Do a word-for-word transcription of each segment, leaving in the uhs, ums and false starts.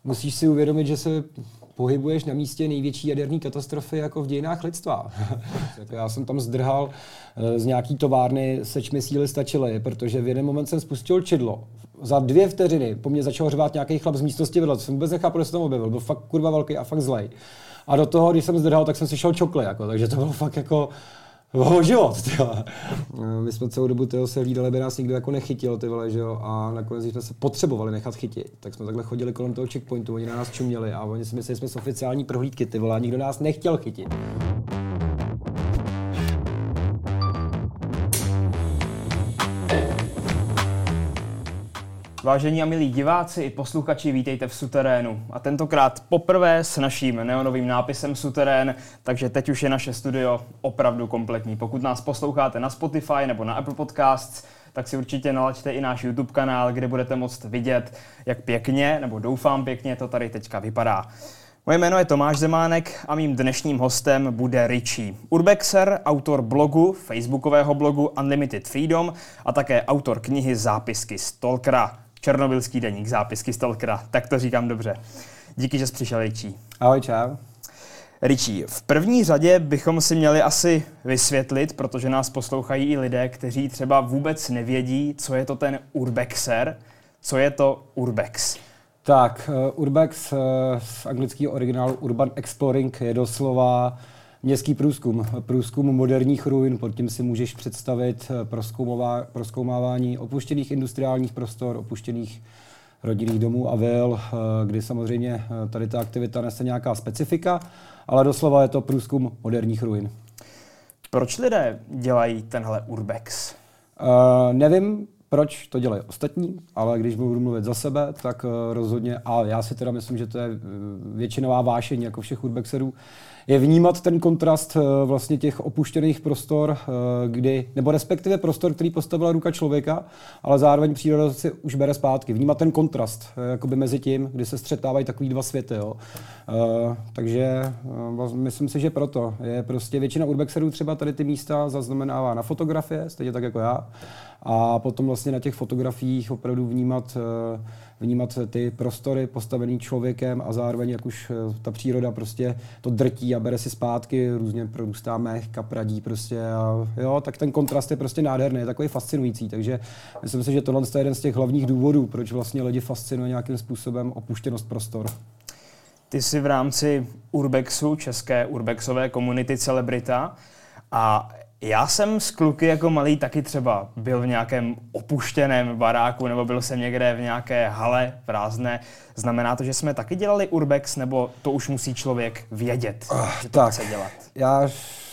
musíš si uvědomit, že se pohybuješ na místě největší jaderné katastrofy jako v dějinách lidstva. Já jsem tam zdrhal z nějaký továrny, seč mi síly stačily, protože v jeden moment jsem spustil čidlo. Za dvě vteřiny po mně začal řvát nějaký chlap z místnosti vedle, jsem vůbec nechápal, že se tam objevil. Byl fakt kurva velký a fakt zlej. A do toho, když jsem zdrhal, tak jsem si šel čokli, jako, takže to bylo fakt jako o život, tyhle. My jsme celou dobu tyhle se hlídali, aby nás nikdo jako nechytil, ty vole, že jo, a nakonec, když jsme se potřebovali nechat chytit, tak jsme takhle chodili kolem toho checkpointu, oni na nás čuměli a oni si mysleli, že jsme z oficiální prohlídky, ty vole, a nikdo nás nechtěl chytit. Vážení a milí diváci i posluchači, vítejte v Suterénu. A tentokrát poprvé s naším neonovým nápisem Suterén, takže teď už je naše studio opravdu kompletní. Pokud nás posloucháte na Spotify nebo na Apple Podcasts, tak si určitě nalaďte i náš YouTube kanál, kde budete moct vidět, jak pěkně, nebo doufám pěkně, to tady teďka vypadá. Moje jméno je Tomáš Zemánek a mým dnešním hostem bude Richie. Urbexer, autor blogu, facebookového blogu Unlimited Freedom a také autor knihy Zápisky Stalkera. Černobylský deník, Zápisky Stalkera, tak to říkám dobře. Díky, že jsi přišel, Richie. Ahoj, čau. Richie, v první řadě bychom si měli asi vysvětlit, protože nás poslouchají i lidé, kteří třeba vůbec nevědí, co je to ten Urbexer, co je to Urbex. Tak, uh, Urbex uh, z anglického originálu Urban Exploring je doslova městský průzkum. Průzkum moderních ruin, pod tím si můžeš představit prozkoumávání opuštěných industriálních prostor, opuštěných rodinných domů a vil, kdy samozřejmě tady ta aktivita nese nějaká specifika, ale doslova je to průzkum moderních ruin. Proč lidé dělají tenhle Urbex? Uh, nevím, proč to dělají ostatní, ale když budu mluvit za sebe, tak uh, rozhodně, a já si teda myslím, že to je většinová vášeň jako všech urbexerů, je vnímat ten kontrast uh, vlastně těch opuštěných prostor, uh, kdy, nebo respektive prostor, který postavila ruka člověka, ale zároveň příroda si už bere zpátky. Vnímat ten kontrast uh, jakoby mezi tím, kdy se střetávají takový dva světy. Jo. Uh, takže uh, myslím si, že proto je prostě většina urbexerů třeba tady ty místa zaznamenává na fotografie, stejně tak jako já. A potom vlastně na těch fotografiích opravdu vnímat, vnímat ty prostory postavený člověkem a zároveň, jak už ta příroda prostě to drtí a bere si zpátky, různě prorůstá mech, kapradí prostě a jo, tak ten kontrast je prostě nádherný, je takový fascinující, takže myslím si, že tohle je jeden z těch hlavních důvodů, proč vlastně lidi fascinuje nějakým způsobem opuštěnost prostor. Ty jsi v rámci Urbexu, české urbexové komunity celebrita a já jsem s kluky jako malý taky třeba byl v nějakém opuštěném baráku nebo byl jsem někde v nějaké hale prázdné. Znamená to, že jsme taky dělali Urbex, nebo to už musí člověk vědět, uh, že to tak, chce dělat? Já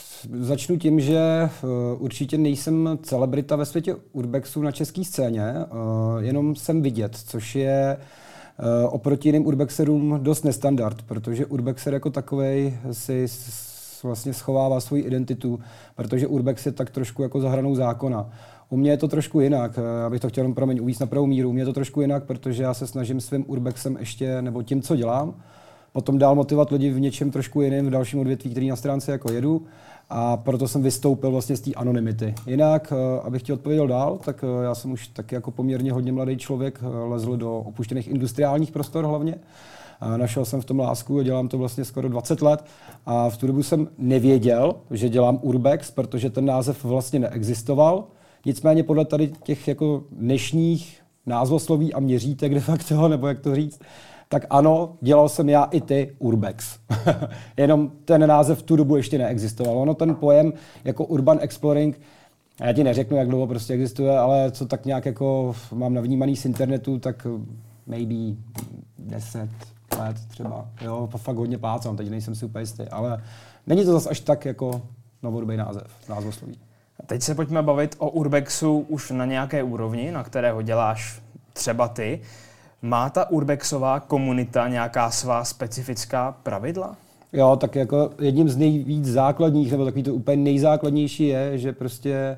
začnu tím, že uh, určitě nejsem celebrita ve světě Urbexu na české scéně, uh, jenom jsem vidět, což je uh, oproti jiným urbexerům dost nestandard, protože urbexer jako takovej si vlastně schovává svoji identitu, protože Urbex je tak trošku jako za hranou zákona. U mě je to trošku jinak, já bych to chtěl promiň uvíct na pravou míru, u mě je to trošku jinak, protože já se snažím svým Urbexem ještě, nebo tím, co dělám, potom dál motivovat lidi v něčem trošku jiném, v dalším odvětví, který na stránce jako jedu, a proto jsem vystoupil vlastně z té anonymity. Jinak, abych ti odpověděl dál, tak já jsem už taky jako poměrně hodně mladý člověk, lezl do opuštěných industriálních prostor hlavně. A našel jsem v tom lásku a dělám to vlastně skoro dvacet let a v tu dobu jsem nevěděl, že dělám Urbex, protože ten název vlastně neexistoval. Nicméně podle tady těch jako dnešních názvosloví a měřítek de facto, nebo jak to říct, tak ano, dělal jsem já i ty Urbex. Jenom ten název v tu dobu ještě neexistoval. Ono ten pojem jako Urban Exploring, já ti neřeknu, jak dlouho prostě existuje, ale co tak nějak jako mám navnímaný z internetu, tak maybe deset let třeba. Jo, fakt hodně plácám, teď nejsem si úplně jistý, ale není to zase až tak jako novodobý název, názvosloví. Teď se pojďme bavit o Urbexu už na nějaké úrovni, na kterého děláš třeba ty. Má ta urbexová komunita nějaká svá specifická pravidla? Jo, tak jako jedním z nejvíc základních, nebo takový to úplně nejzákladnější je, že prostě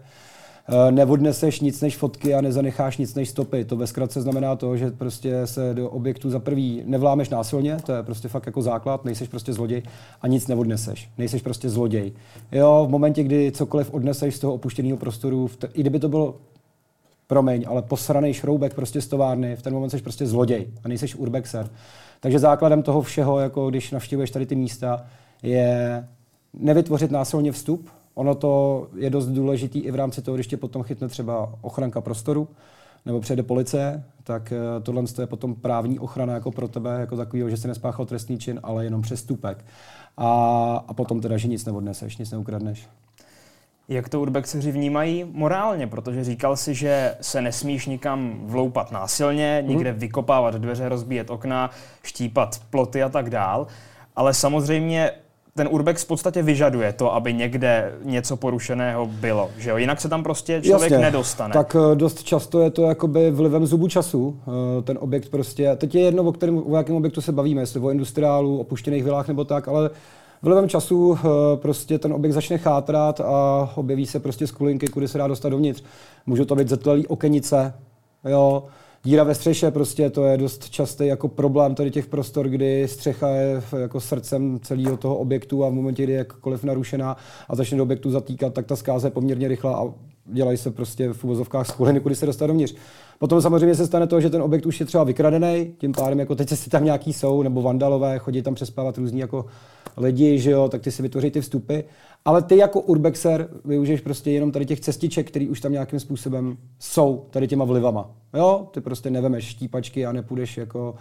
neodneseš nic než fotky a nezanecháš nic než stopy. To ve zkratce znamená to, že prostě se do objektu za prvý nevlámeš násilně, to je prostě fakt jako základ, nejseš prostě zloděj a nic neodneseš. Nejseš prostě zloděj. Jo, v momentě, kdy cokoliv odneseš z toho opuštěného prostoru, i kdyby to bylo promiň, ale posranej šroubek prostě z továrny, v ten moment jsi prostě zloděj a nejseš urbexer. Takže základem toho všeho, jako když navštěvuješ tady ty místa, je nevytvořit násilně vstup. Ono to je dost důležitý i v rámci toho, když tě potom chytne třeba ochranka prostoru, nebo přijde policie, tak tohle je potom právní ochrana jako pro tebe, jako takovýho, že jsi nespáchal trestný čin, ale jenom přestupek. A, a potom teda, že nic neodneseš, nic neukradneš. Jak to urbexeři vnímají morálně? Protože říkal si, že se nesmíš nikam vloupat násilně, nikde hmm. vykopávat dveře, rozbíjet okna, štípat ploty a tak dál. Ale samozřejmě ten urbex v podstatě vyžaduje to, aby někde něco porušeného bylo, že jo? Jinak se tam prostě člověk Jasně, nedostane. Tak dost často je to jakoby vlivem zubu času. Ten objekt prostě, teď je jedno, o, kterém, o jakém objektu se bavíme, jestli o industriálu, opuštěných vilách nebo tak, ale vlivem času prostě ten objekt začne chátrat a objeví se prostě skulinky, kudy se dá dostat dovnitř. Můžou to být zetlelý okenice, jo, díra ve střeše, prostě to je dost častý jako problém tady těch prostor, kdy střecha je jako srdcem celého toho objektu a v momentě, kdy je jakkoliv narušená a začne do objektu zatýkat, tak ta zkáza je poměrně rychlá a dělají se prostě v uvozovkách skuliny, kudy se dostat dovnitř. Potom samozřejmě se stane to, že ten objekt už je třeba vykradený, tím pádem jako teď si tam nějaký jsou, nebo vandalové, chodí tam přespávat různí jako lidi, že jo, tak ty si vytvoří ty vstupy. Ale ty jako urbexer využiješ prostě jenom tady těch cestiček, které už tam nějakým způsobem jsou, tady těma vlivama. Jo, ty prostě nevemeš štípačky a nepůjdeš jako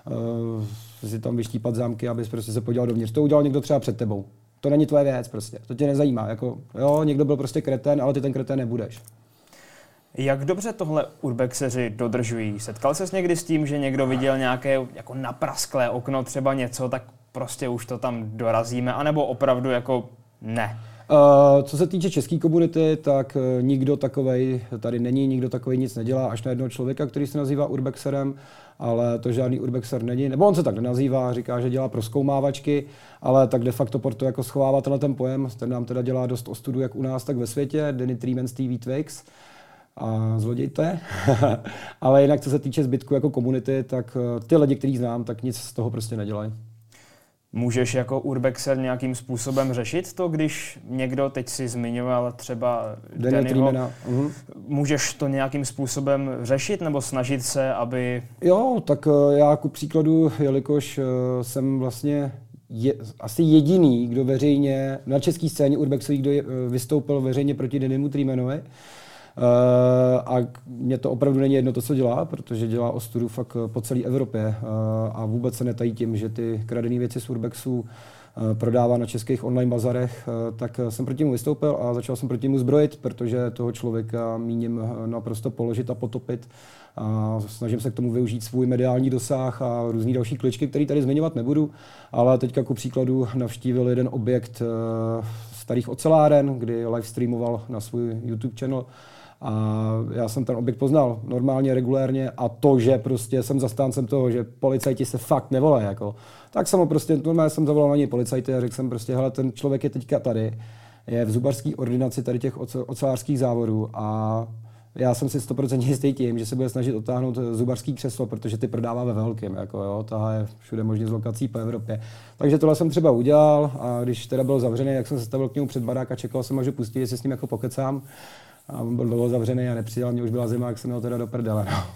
uh, si tam vyštípat zámky, abys prostě se podíval dovnitř. To udělal někdo třeba před tebou. To není tvoje věc prostě, to tě nezajímá. Jako, jo, někdo byl prostě kretén, ale ty ten kretén nebudeš. Jak dobře tohle urbexeři dodržují? Setkal ses někdy s tím, že někdo viděl nějaké jako naprasklé okno, třeba něco, tak prostě už to tam dorazíme, anebo opravdu jako ne? Uh, co se týče české komunity, tak uh, nikdo takovej tady není, nikdo takovej nic nedělá, až na jednoho člověka, který se nazývá urbexerem, ale to žádný urbexer není, nebo on se tak nenazývá, říká, že dělá prozkoumávačky, ale tak de facto proto jako schovává tenhle ten pojem, ten nám teda dělá dost ostudu jak u nás, tak ve světě, Danny Treeman, Stevie Twix. A zloděj to je. Ale jinak, co se týče zbytku jako komunity, tak ty lidi, který znám, tak nic z toho prostě nedělají. Můžeš jako urbexer nějakým způsobem řešit to, když někdo, teď si zmiňoval třeba Dannyho, uh-huh. můžeš to nějakým způsobem řešit nebo snažit se, aby... Jo, tak já ku příkladu, jelikož jsem vlastně je, asi jediný, kdo veřejně, na české scéně urbexový, kdo je, vystoupil veřejně proti Dannymu Treemanovi, Uh, a mně to opravdu není jedno to, co dělá, protože dělá ostudu fakt po celé Evropě uh, a vůbec se netají tím, že ty kradené věci z urbexu uh, prodává na českých online bazarech, uh, tak jsem proti mu vystoupil a začal jsem proti mu zbrojit, protože toho člověka míním naprosto položit a potopit. A snažím se k tomu využít svůj mediální dosah a různý další kličky, které tady zmiňovat nebudu, ale teďka ku příkladu navštívil jeden objekt uh, starých oceláren, kdy livestreamoval na svůj YouTube channel. A já jsem ten objekt poznal normálně, regulérně a to, že prostě jsem zastáncem toho, že policajti se fakt nevolají, jako, tak jsem ho prostě, normálně jsem zavolal na něj policajty a řekl jsem prostě, hele, ten člověk je teďka tady, je v zubarské ordinaci tady těch ocelářských závodů a já jsem si sto procent jistý tím, že se bude snažit odtáhnout zubarský křeslo, protože ty prodává ve velkém, jako jo, tahá je všude možně z lokací po Evropě. Takže tohle jsem třeba udělal a když teda byl zavřený, jak jsem se stavil k němu před barák a čekal jsem, až ho pustí, jestli s ním jako pokecám. A on byl dlouho zavřený a nepřijel, mě už byla zima, jak jsem ho teda do prdele. No.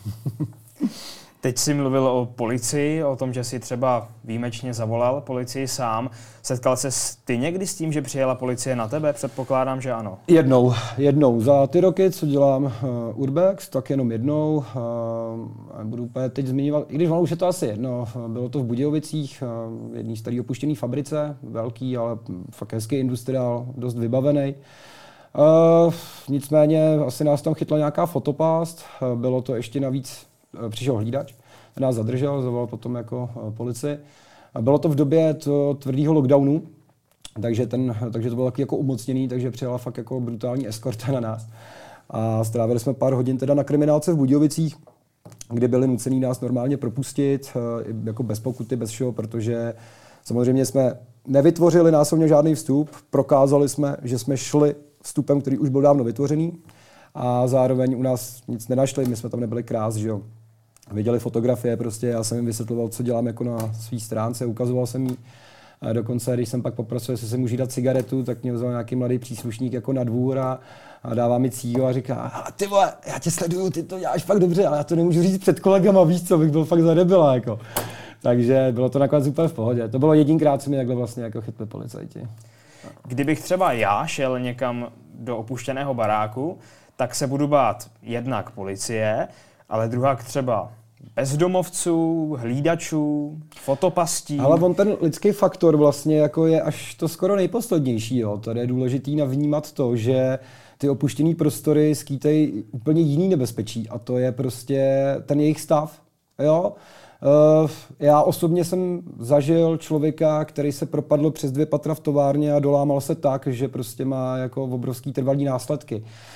Teď jsi mluvil o policii, o tom, že jsi třeba výjimečně zavolal policii sám. Setkal ses ty někdy s tím, že přijela policie na tebe? Předpokládám, že ano. Jednou, jednou. Za ty roky, co dělám uh, Urbex, tak jenom jednou. Uh, budu úplně teď zmiňovat, i když ono už je to asi jedno. Bylo to v Budějovicích, uh, jedný starý opuštěný fabrice, velký, ale fakt hezký industriál, dost vybavený. Uh, nicméně asi nás tam chytla nějaká fotopást, uh, bylo to ještě navíc, uh, přišel hlídač, nás zadržel, zavolal potom jako uh, policii. Uh, bylo to v době to tvrdého lockdownu, takže, ten, takže to bylo taky jako umocněný, takže přijela fakt jako brutální eskorta na nás. A strávili jsme pár hodin teda na kriminálce v Budějovicích, kde byli nucený nás normálně propustit, uh, jako bez pokuty, bez všeho, protože samozřejmě jsme nevytvořili násilně žádný vstup, prokázali jsme, že jsme šli vstupem, který už byl dávno vytvořený a zároveň u nás nic nenašli, my jsme tam nebyli krás, že jo. Viděli fotografie prostě, já jsem jim vysvětloval, co dělám jako na své stránce, ukazoval jsem jí A dokonce, když jsem pak poprosil, jestli se můžu dát cigaretu, tak mě vzal nějaký mladý příslušník jako na dvůr a, a dává mi cígo a říká, ty vole, já tě sleduju, ty to děláš fakt dobře, ale já to nemůžu říct před kolegama, víš co, bych byl fakt za debila, jako. Takže bylo to nakonec úplně v pohodě. To bylo jedinkrát, co mě takhle vlastně jako chytli policajti. Kdybych třeba já šel někam do opuštěného baráku, tak se budu bát jednak policie, ale druhak třeba bezdomovců, hlídačů, fotopastí. Ale on ten lidský faktor vlastně jako je až to skoro nejposlednější. Jo. Tady je důležitý navnímat to, že ty opuštěný prostory skýtají úplně jiný nebezpečí a to je prostě ten jejich stav. Jo? Uh, já osobně jsem zažil člověka, který se propadl přes dvě patra v továrně a dolámal se tak, že prostě má jako obrovský trvalý následky.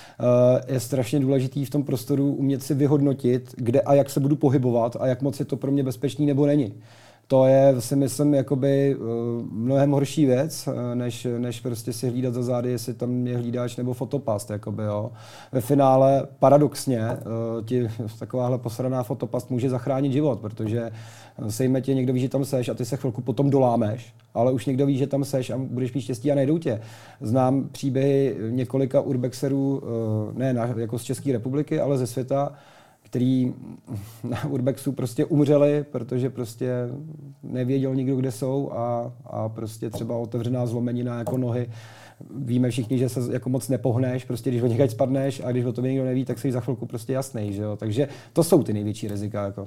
Uh, je strašně důležitý v tom prostoru umět si vyhodnotit, kde a jak se budu pohybovat a jak moc je to pro mě bezpečný nebo není. To je, si myslím, jakoby uh, mnohem horší věc, uh, než, než prostě si hlídat za zády, jestli tam je hlídač nebo fotopast. Jakoby, jo. Ve finále paradoxně uh, ti takováhle posraná fotopast může zachránit život, protože sejme tě, někdo ví, že tam seš a ty se chvilku potom dolámeš, ale už někdo ví, že tam seš a budeš mít štěstí a nejdou tě. Znám příběhy několika urbexerů, uh, ne na, jako z České republiky, ale ze světa, který na urbexu prostě umřeli, protože prostě nevěděl nikdo, kde jsou a, a prostě třeba otevřená zlomenina jako nohy. Víme všichni, že se jako moc nepohneš, prostě když od někaď spadneš a když o tom někdo neví, tak jsi za chvilku prostě jasnej, že jo. Takže to jsou ty největší rizika jako.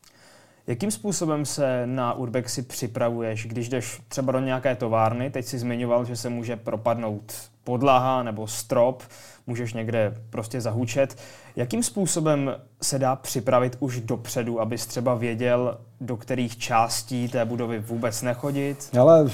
Jakým způsobem se na urbexy připravuješ, když jdeš třeba do nějaké továrny? Teď jsi zmiňoval, že se může propadnout podlaha nebo strop, můžeš někde prostě zahučet. Jakým způsobem se dá připravit už dopředu, abys třeba věděl, do kterých částí té budovy vůbec nechodit? Ale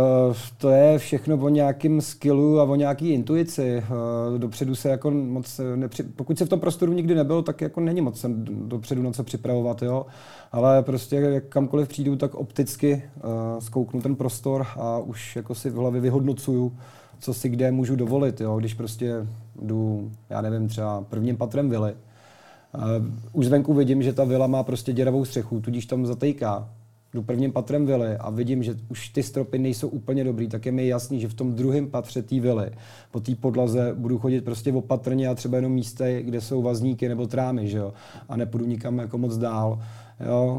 to je všechno o nějakém skillu a o nějaký intuici. Dopředu se jako moc nepři... Pokud se v tom prostoru nikdy nebyl, tak jako není moc se dopředu na co připravovat, jo. Ale prostě jak kamkoliv přijdu, tak opticky zkouknu ten prostor a už jako si v hlavě vyhodnocuju, co si kde můžu dovolit, jo, když prostě jdu, já nevím, třeba prvním patrem vily. Uh, už zvenku vidím, že ta vila má prostě děravou střechu, tudíž tam zatejká. Jdu prvním patrem vily a vidím, že už ty stropy nejsou úplně dobrý, tak je mi jasný, že v tom druhém patře té vily po té podlaze budu chodit prostě opatrně a třeba jenom místy, kde jsou vazníky nebo trámy, že jo, a nepůjdu nikam jako moc dál, jo.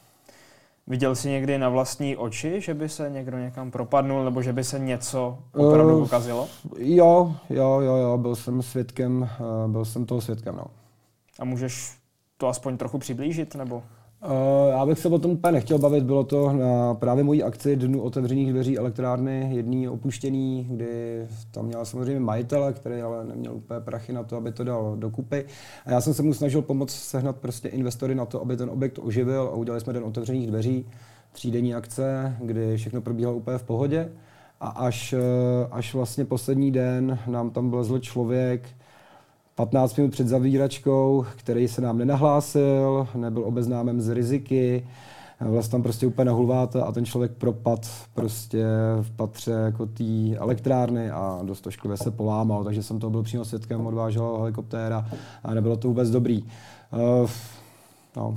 Viděl jsi někdy na vlastní oči, že by se někdo někam propadnul, nebo že by se něco opravdu uh, pokazilo? Jo, jo, jo, jo, byl jsem svědkem, uh, byl jsem toho svědkem, no. A můžeš to aspoň trochu přiblížit, nebo? Uh, já bych se o tom úplně nechtěl bavit, bylo to na právě mojí akci Dnu otevřených dveří elektrárny, jedný opuštěný, kdy tam měl samozřejmě majitele, který ale neměl úplně prachy na to, aby to dal dokupy. A já jsem se mu snažil pomoct sehnat prostě investory na to, aby ten objekt oživil a udělali jsme Den otevřených dveří, třídenní akce, kdy všechno probíhalo úplně v pohodě. A až, až vlastně poslední den nám tam vlezl člověk, patnáct minut před zavíračkou, který se nám nenahlásil, nebyl obeznámen z riziky, vlastně tam prostě úplně nahulváte a ten člověk propad prostě v patře jako té elektrárny a dost ošklivě se polámal, takže jsem to byl přímo svědkem, odvážel helikoptéra a nebylo to vůbec dobrý. Uh, no.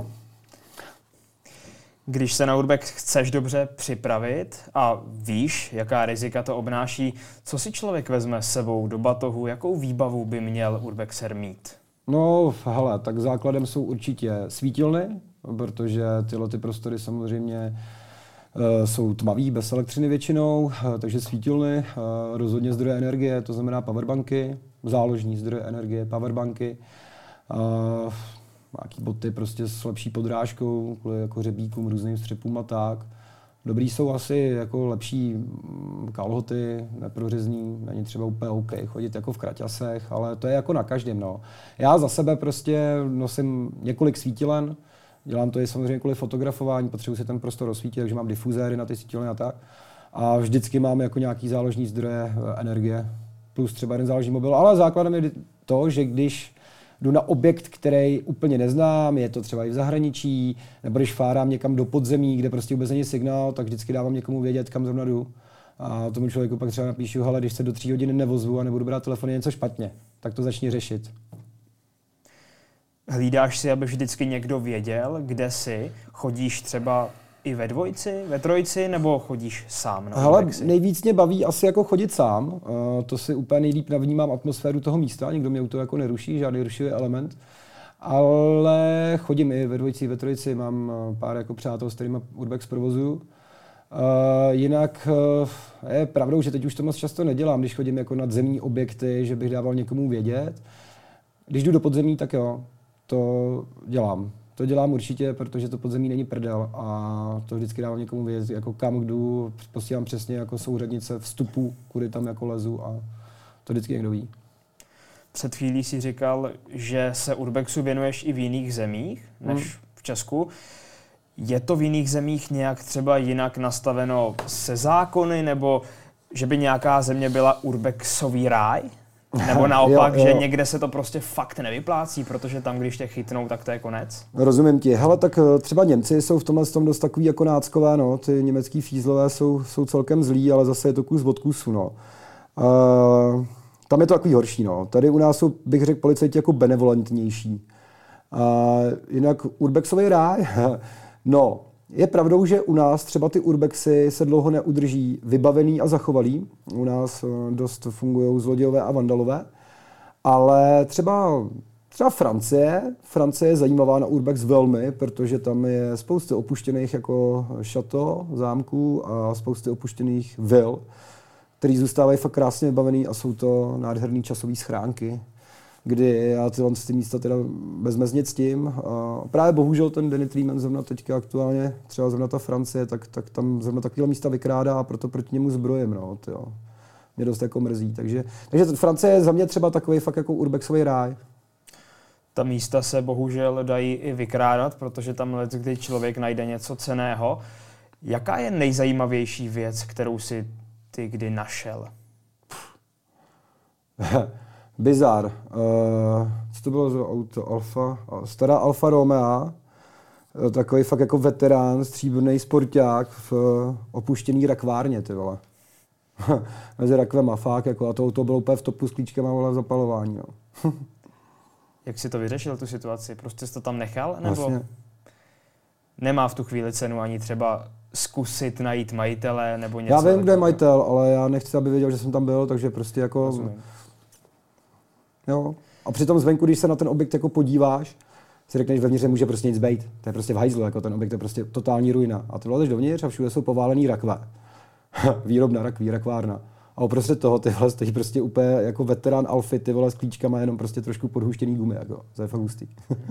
Když se na urbex chceš dobře připravit a víš, jaká rizika to obnáší, co si člověk vezme s sebou do batohu, jakou výbavu by měl urbexer mít? No, hele, tak základem jsou určitě svítilny, protože tyhle ty prostory samozřejmě uh, jsou tmavý, bez elektřiny většinou, uh, takže svítilny, uh, rozhodně zdroje energie, to znamená powerbanky, záložní zdroje energie, powerbanky, uh, nějaký boty prostě s lepší podrážkou, kvůli jako hřebíkům, různým střepům a tak. Dobrý jsou asi jako lepší kalhoty, neprořezní, není třeba úplně OK chodit jako v kraťasech, ale to je jako na každém, no. Já za sebe prostě nosím několik svítilen, dělám to i samozřejmě kvůli fotografování, potřebuji si ten prostor osvítit, takže mám difuzéry na ty svítilny a tak. A vždycky mám jako nějaký záložní zdroje energie, plus třeba jeden záložní mobil, ale základem je to, že když jdu na objekt, který úplně neznám, je to třeba i v zahraničí, nebo když fárám někam do podzemí, kde prostě vůbec není signál, tak vždycky dávám někomu vědět, kam zrovna jdu. A tomu člověku pak třeba napíšu, hele, když se do tří hodin nevozvu a nebudu brát telefon, je něco špatně, tak to začni řešit. Hlídáš si, aby vždycky někdo věděl, kde jsi? Chodíš třeba i ve dvojici, ve trojici, nebo chodíš sám na Hele, urbexy? nejvíc mě baví asi jako chodit sám. Uh, to si úplně nejlíp navnímám atmosféru toho místa, nikdo mě u toho jako neruší, žádný rušivý element. Ale chodím i ve dvojici, ve trojici, mám pár jako přátel, s kterými urbex provozuju. Uh, jinak uh, je pravdou, že teď už to moc často nedělám, když chodím jako nadzemní objekty, že bych dával někomu vědět. Když jdu do podzemí, tak jo, to dělám. To dělám určitě, protože to podzemí není prdel a to vždycky dávám někomu vědět, jako kam jdu, posílám přesně jako souřadnice vstupu, kudy tam jako lezu a to vždycky někdo ví. Před chvílí si říkal, že se urbexu věnuješ i v jiných zemích než hmm. v Česku. Je to v jiných zemích nějak třeba jinak nastaveno se zákony, nebo že by nějaká země byla urbexový ráj? Nebo naopak, jo, jo. že někde se to prostě fakt nevyplácí, protože tam, když tě chytnou, tak to je konec? Rozumím ti. Hele, tak třeba Němci jsou v tomhle tom dost takový jako náckové, no. Ty německý fízlové jsou, jsou celkem zlí, ale zase je to kus od kusu, no. Uh, tam je to takový horší, no. Tady u nás jsou, bych řekl, policajti jako benevolentnější. Uh, jinak urbexový ráj, no, je pravdou, že u nás třeba ty urbexy se dlouho neudrží vybavený a zachovalý. U nás dost fungují zlodějové a vandalové. Ale třeba, třeba Francie, Francie je zajímavá na urbex velmi, protože tam je spousta opuštěných jako šato, zámků a spousty opuštěných vil, který zůstávají fakt krásně vybavený a jsou to nádherný časové schránky, kdy já tyhle ty místa teda bezmezně ctím. A právě bohužel ten Danny Treeman zrovna teďka aktuálně, třeba zrovna ta Francie, tak, tak tam zrovna takovýhle místa vykrádá a proto proti němu zbrojem, no, tyjo. Mě dost jako mrzí. Takže, takže Francie je za mě třeba takový fakt jako urbexový ráj. Ta místa se bohužel dají i vykrádat, protože tam let, kdy člověk najde něco cenného. Jaká je nejzajímavější věc, kterou si ty kdy našel? Bizar. Uh, co to bylo za auto? Alfa? Stará Alfa Romeo. Takový fakt jako veterán, stříbrný sporták v uh, opuštěný rakvárně, ty vole. Mezi rakvema, fakt, jako, a to auto bylo úplně v topu s klíčkama, vole, v zapalování, no. Jak jsi to vyřešil, tu situaci? Prostě jsi to tam nechal? Nebo Vlastně. Nemá v tu chvíli cenu ani třeba zkusit najít majitele nebo něco? Já vím, kde je majitel, ale já nechci, aby věděl, že jsem tam byl, takže prostě jako... Rozumím. Jo. A přitom zvenku, když se na ten objekt jako podíváš, si řekneš, vevnitř může prostě nic bejt. To je prostě v hajzlu, jako ten objekt je prostě totální ruina. A ty vlezeš dovnitř a všude jsou poválený rakve. Výrobna rakví, rakvárna. A uprostřed toho ty vole stojí prostě úplně jako veterán Alfy, ty vole s klíčkama, jenom prostě trošku podhuštěný gumy, jako. To je fakt hustý.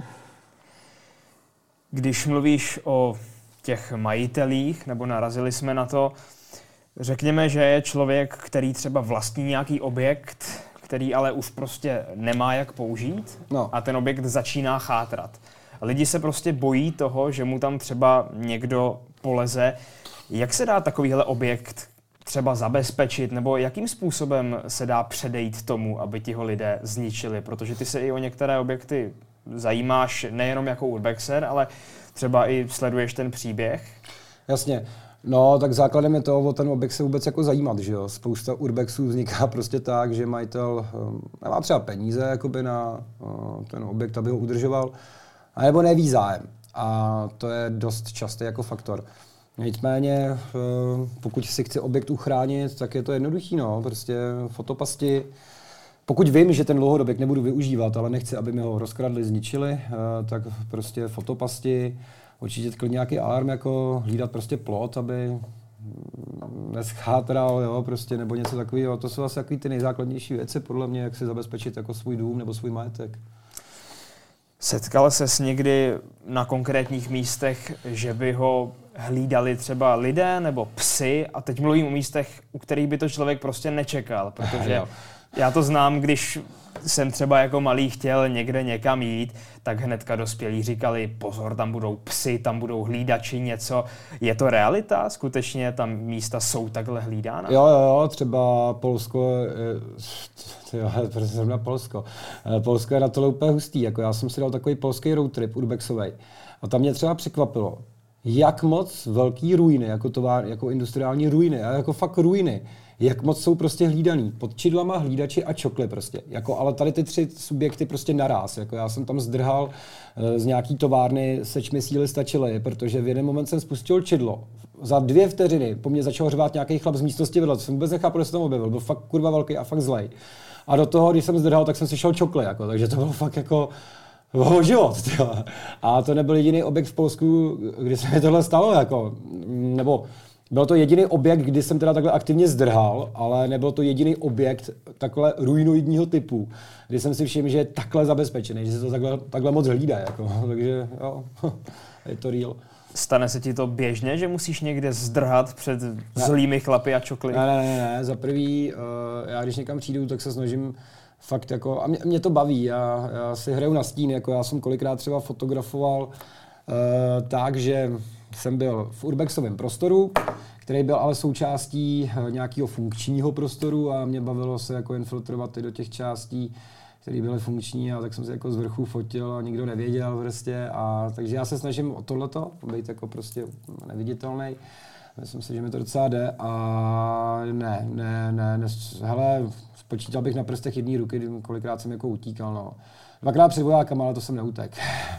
Když mluvíš o těch majitelích, nebo narazili jsme na to, řekněme, že je člověk, který třeba vlastní nějaký objekt, který ale už prostě nemá jak použít, no. A ten objekt začíná chátrat. Lidi se prostě bojí toho, že mu tam třeba někdo poleze. Jak se dá takovýhle objekt třeba zabezpečit, nebo jakým způsobem se dá předejít tomu, aby ti ho lidé zničili? Protože ty se i o některé objekty zajímáš nejenom jako urbexer, ale třeba i sleduješ ten příběh. Jasně. No, tak základem je to, o ten objekt se vůbec jako zajímat, že jo. Spousta urbexů vzniká prostě tak, že majitel um, nemá třeba peníze jakoby na uh, ten objekt, aby ho udržoval, anebo neví zájem. A to je dost častý jako faktor. Nicméně, uh, pokud si chci objekt uchránit, tak je to jednoduchý, no. Prostě fotopasti. Pokud vím, že ten dlouhodoběk nebudu využívat, ale nechci, aby mi ho rozkradli, zničili, uh, tak prostě fotopasti. Určitě klidně nějaký alarm, jako hlídat prostě plot, aby neschátral, jo, prostě, nebo něco takového. To jsou asi takový ty nejzákladnější věci, podle mě, jak si zabezpečit jako svůj dům nebo svůj majetek. Setkal ses někdy na konkrétních místech, že by ho hlídali třeba lidé nebo psy? A teď mluvím o místech, u kterých by to člověk prostě nečekal, protože já to znám, když jsem třeba jako malý chtěl někde někam jít, tak hnedka dospělí říkali, pozor, tam budou psy, tam budou hlídači, něco. Je to realita? Skutečně tam místa jsou takhle hlídána? Jo, jo, jo, třeba Polsko, jo, zrovna Polsko. Polsko je na tohle úplně hustý, jako já jsem si dal takový polský road trip urbexovej. A tam mě třeba překvapilo, jak moc velký ruiny, jako, továr, jako industriální ruiny, a jako fakt ruiny, jak moc jsou prostě hlídaný. Pod čidlama, hlídači a čokly prostě. Jako, ale tady ty tři subjekty prostě naráz. Jako já jsem tam zdrhal z nějaký továrny, seč mi síly stačily, protože v jeden moment jsem spustil čidlo. Za dvě vteřiny po mně začal řvát nějaký chlap z místnosti vedle, co jsem vůbec nechápal, že se tam objevil. Byl fakt kurva velký a fakt zlej. A do toho, když jsem zdrhal, tak jsem si šel čokly. Jako, takže to bylo fakt jako o život. Tyjo. A to nebyl jediný objekt v Polsku, kdy se mi tohle stalo. Jako, nebo byl to jediný objekt, kdy jsem teda takhle aktivně zdrhal, ale nebyl to jediný objekt takhle ruinoidního typu, kdy jsem si všiml, že je takhle zabezpečený, že se to takhle, takhle moc hlídá. Jako. Takže jo, je to real. Stane se ti to běžně, že musíš někde zdrhat před zlými chlapy a čokly? Ne, ne, ne, ne. Za prvý, uh, já když někam přijdu, tak se snažím fakt jako, a mě, mě to baví, já, já si hraju na stín, jako já jsem kolikrát třeba fotografoval uh, tak, že jsem byl v urbexovém prostoru, který byl ale součástí uh, nějakého funkčního prostoru a mě bavilo se jako infiltrovat i do těch částí, které byly funkční, a tak jsem se jako z vrchu fotil a nikdo nevěděl prostě, a takže já se snažím o tohleto, být jako prostě neviditelný. Myslím si, že mi to docela jde a ne, ne, ne, ne, hele, spočítal bych na prstech jedné ruky, kolikrát jsem jako utíkal, no. Dvakrát před vojákama, ale to jsem neutek.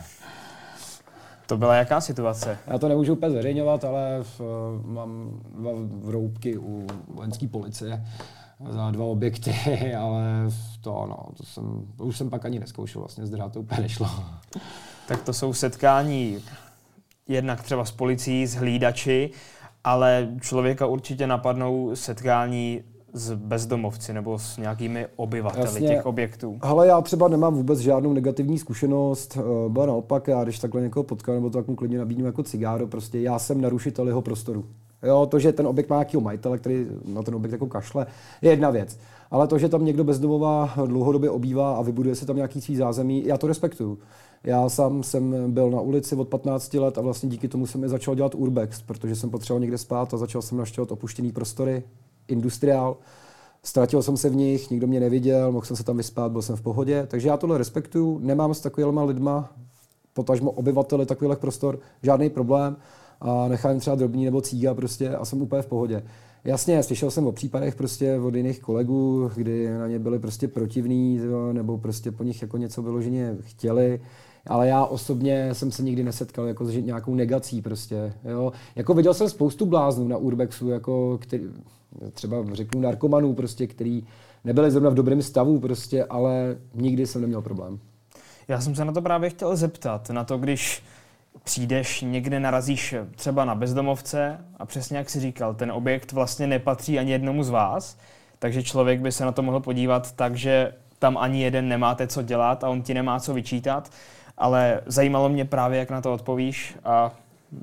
To byla jaká situace? Já to nemůžu úplně zveřejňovat, ale v, mám dva vroubky u vojenské policie za dva objekty, ale to, no, to jsem, to už jsem pak ani nezkoušel, vlastně zdrhat to úplně nešlo. Tak to jsou setkání jednak třeba s policií, s hlídači, ale člověka určitě napadnou setkání s bezdomovci nebo s nějakými obyvateli Jasně. těch objektů. Hele, já třeba nemám vůbec žádnou negativní zkušenost, ba naopak, já když takhle někoho potkám, nebo to tak mu klidně nabídnu jako cigáro, prostě já jsem narušitel jeho prostoru. Jo, to, že ten objekt má nějakého majitele, který na ten objekt jako kašle, je jedna věc. Ale to, že tam někdo bezdomová dlouhodobě obývá a vybuduje se tam nějaký svý zázemí, já to respektuju. Já sám jsem byl na ulici od patnácti let a vlastně díky tomu jsem i začal dělat urbex, protože jsem potřeboval někde spát a začal jsem navštěvovat opuštěný prostory, industriál. Ztratil jsem se v nich, nikdo mě neviděl, mohl jsem se tam vyspat, byl jsem v pohodě. Takže já tohle respektuju, nemám s takovýma lidma, potažmo obyvateli takových prostor, žádný problém a nechám třeba drobný nebo cíga prostě a jsem úplně v pohodě. Jasně, slyšel jsem o případech prostě od jiných kolegů, kdy na ně byli prostě protivní, nebo prostě po nich jako něco vyloženě chtěli, ale já osobně jsem se nikdy nesetkal jako s nějakou negací prostě, jo. Jako viděl jsem spoustu bláznů na urbexu, jako který, třeba řeknu narkomanů prostě, který nebyli zrovna v dobrém stavu prostě, ale nikdy jsem neměl problém. Já jsem se na to právě chtěl zeptat, na to, když přijdeš, někde narazíš třeba na bezdomovce a přesně jak jsi říkal, ten objekt vlastně nepatří ani jednomu z vás, takže člověk by se na to mohl podívat tak, že tam ani jeden nemáte co dělat a on ti nemá co vyčítat, ale zajímalo mě právě, jak na to odpovíš a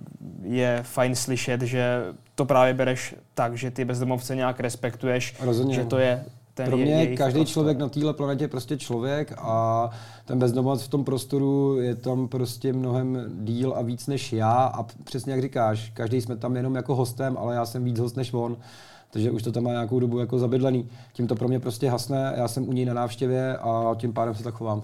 je fajn slyšet, že to právě bereš tak, že ty bezdomovce nějak respektuješ, Rozhodně. Že to je ten Pro mě je, každý prostor. člověk na téhle planetě je prostě člověk a ten bezdomovec v tom prostoru je tam prostě mnohem díl a víc než já a přesně jak říkáš, každý jsme tam jenom jako hostem, ale já jsem víc host než on, takže už to tam má nějakou dobu jako zabydlený. Tím to pro mě prostě hasne, já jsem u něj na návštěvě a tím pádem se tak chovám.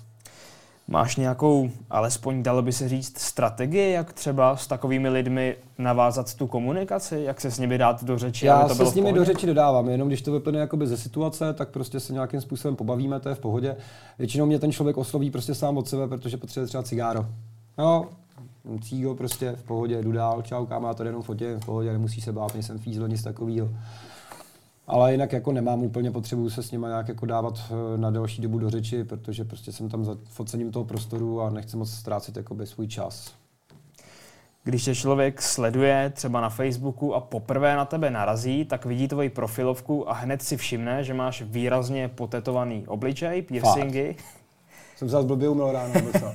Máš nějakou, alespoň dalo by se říct, strategii, jak třeba s takovými lidmi navázat tu komunikaci, jak se s nimi dát do řeči, Já aby to se bylo s nimi v do řeči dodávám, jenom když to vyplne jakoby ze situace, tak prostě se nějakým způsobem pobavíme, to je v pohodě. Většinou mě ten člověk osloví prostě sám od sebe, protože potřebuje třeba cigáro. Jo, cígo prostě v pohodě, jdu dál, čau, kámo, já to jenom fotím, v pohodě, nemusí se bát, nejsem fízl, nic takového. Ale jinak jako nemám úplně potřebu se s nimi nějak jako dávat na delší dobu do řeči, protože prostě jsem tam za focením toho prostoru a nechci moc ztrácet jakoby svůj čas. Když tě člověk sleduje třeba na Facebooku a poprvé na tebe narazí, tak vidí tvoji profilovku a hned si všimne, že máš výrazně potetovaný obličej, piercingy. Fakt. Jsem se zase blbě umyl ráno.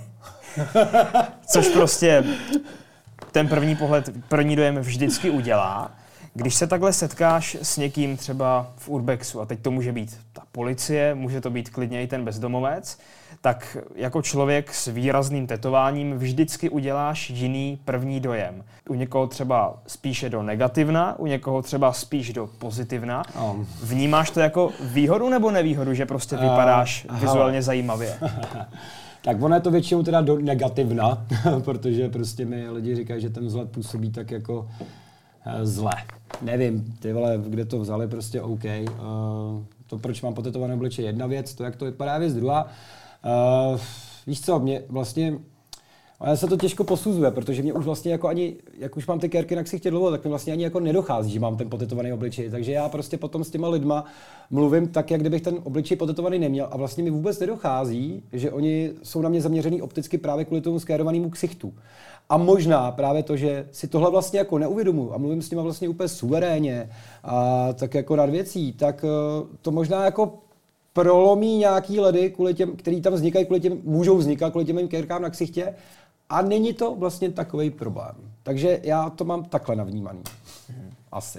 Což prostě ten první pohled, první dojem vždycky udělá. Když se takhle setkáš s někým třeba v urbexu, a teď to může být ta policie, může to být klidně i ten bezdomovec, tak jako člověk s výrazným tetováním vždycky uděláš jiný první dojem. U někoho třeba spíše do negativna, u někoho třeba spíš do pozitivna. Um. Vnímáš to jako výhodu nebo nevýhodu, že prostě vypadáš uh, vizuálně zajímavě? Tak ona je to většinou teda do negativna, protože prostě mi lidi říkají, že ten vzhled působí tak jako zle. Nevím, ty vole, kde to vzali, prostě OK. Uh, to, proč mám potetované obličeje, jedna věc, to, jak to vypadá, věc druhá. Uh, víš co, mě vlastně, ale se to těžko posuzuje, protože mě už vlastně jako ani, jak už mám ty kérky na ksichtě dlouho, tak mi vlastně ani jako nedochází, že mám ten potetovaný obličej. Takže já prostě potom s těma lidma mluvím tak, jak kdybych ten obličej potetovaný neměl a vlastně mi vůbec nedochází, že oni jsou na mě zaměřený opticky právě kvůli tomu skérovanému ksichtu. A možná právě to, že si tohle vlastně jako neuvědomuji a mluvím s nima vlastně úplně suverénně a tak jako nad věcí, tak to možná jako prolomí nějaký ledy, kvůli těm, který tam vznikají, kvůli těm, můžou vznikat kvůli těm mým kérkám na ksichtě a není to vlastně takový problém. Takže já to mám takhle navnímaný. Asi.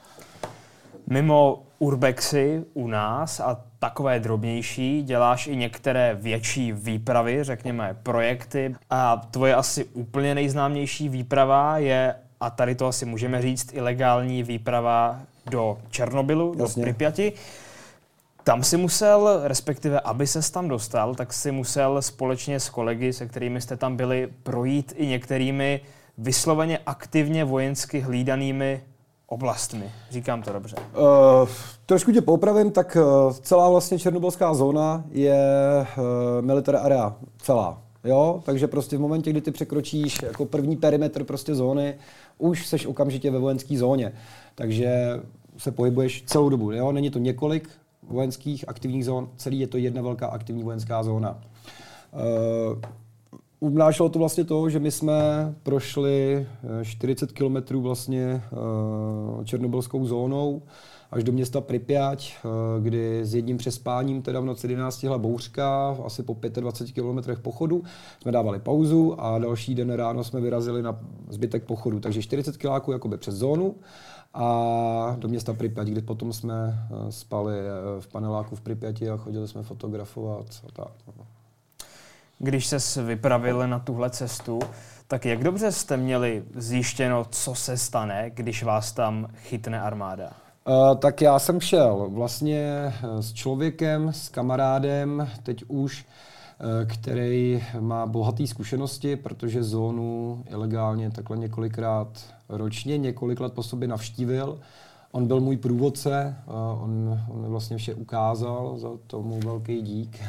Mimo urbexy u nás a takové drobnější děláš i některé větší výpravy, řekněme projekty. A tvoje asi úplně nejznámější výprava je, a tady to asi můžeme říct, ilegální výprava do Černobylu, Jasně. do Pripyati. Tam si musel, respektive aby ses tam dostal, tak si musel společně s kolegy, se kterými jste tam byli, projít i některými vysloveně aktivně vojensky hlídanými oblastmi. Říkám to dobře. Uh, trošku tě poopravím, tak uh, celá vlastně černobylská zóna je uh, military area. Celá. Jo? Takže prostě v momentě, kdy ty překročíš jako první perimetr prostě zóny, už seš okamžitě ve vojenské zóně. Takže se pohybuješ celou dobu. Jo? Není to několik vojenských aktivních zón, celý je to jedna velká aktivní vojenská zóna. Uh, Obnášelo to vlastně to, že my jsme prošli čtyřicet kilometrů vlastně uh, černobylskou zónou až do města Pripyat, uh, kdy s jedním přespáním teda v noci jedenáct stihla bouřka, asi po dvacet pět kilometrech pochodu jsme dávali pauzu a další den ráno jsme vyrazili na zbytek pochodu. Takže čtyřicet kiláků jakoby přes zónu a do města Pripyat, kde potom jsme uh, spali v paneláku v Pripyati a chodili jsme fotografovat a tak. Když ses vypravil na tuhle cestu, tak jak dobře jste měli zjištěno, co se stane, když vás tam chytne armáda? Uh, tak já jsem šel vlastně s člověkem, s kamarádem, teď už, uh, který má bohaté zkušenosti, protože zónu ilegálně takhle několikrát ročně, několik let po sobě navštívil. On byl můj průvodce, uh, on, on mi vlastně vše ukázal, za tomu velký dík.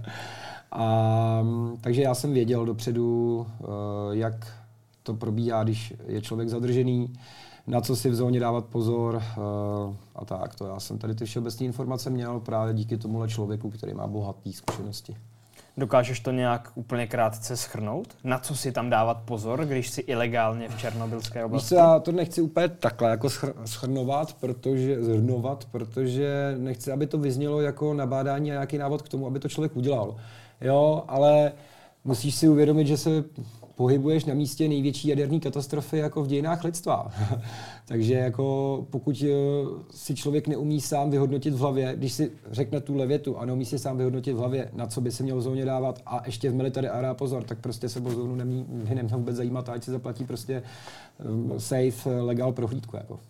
A, takže já jsem věděl dopředu, jak to probíhá, když je člověk zadržený, na co si v zóně dávat pozor a tak. To já jsem tady ty všeobecné informace měl právě díky tomuhle člověku, který má bohaté zkušenosti. Dokážeš to nějak úplně krátce shrnout? Na co si tam dávat pozor, když jsi ilegálně v černobylské oblasti? Víš, já to nechci úplně takhle jako shrnovat, protože, zhrnovat, protože nechci, aby to vyznělo jako nabádání a nějaký návod k tomu, aby to člověk udělal. Jo, ale musíš si uvědomit, že se pohybuješ na místě největší jaderné katastrofy jako v dějinách lidstva. Takže jako pokud si člověk neumí sám vyhodnotit v hlavě, když si řekne tu větu a neumí si sám vyhodnotit v hlavě, na co by se měl v zóně dávat a ještě v military area pozor, tak prostě se o zónu nemí, nemá vůbec zajímat a ať si zaplatí prostě um, safe, legal prohlídku. Jako.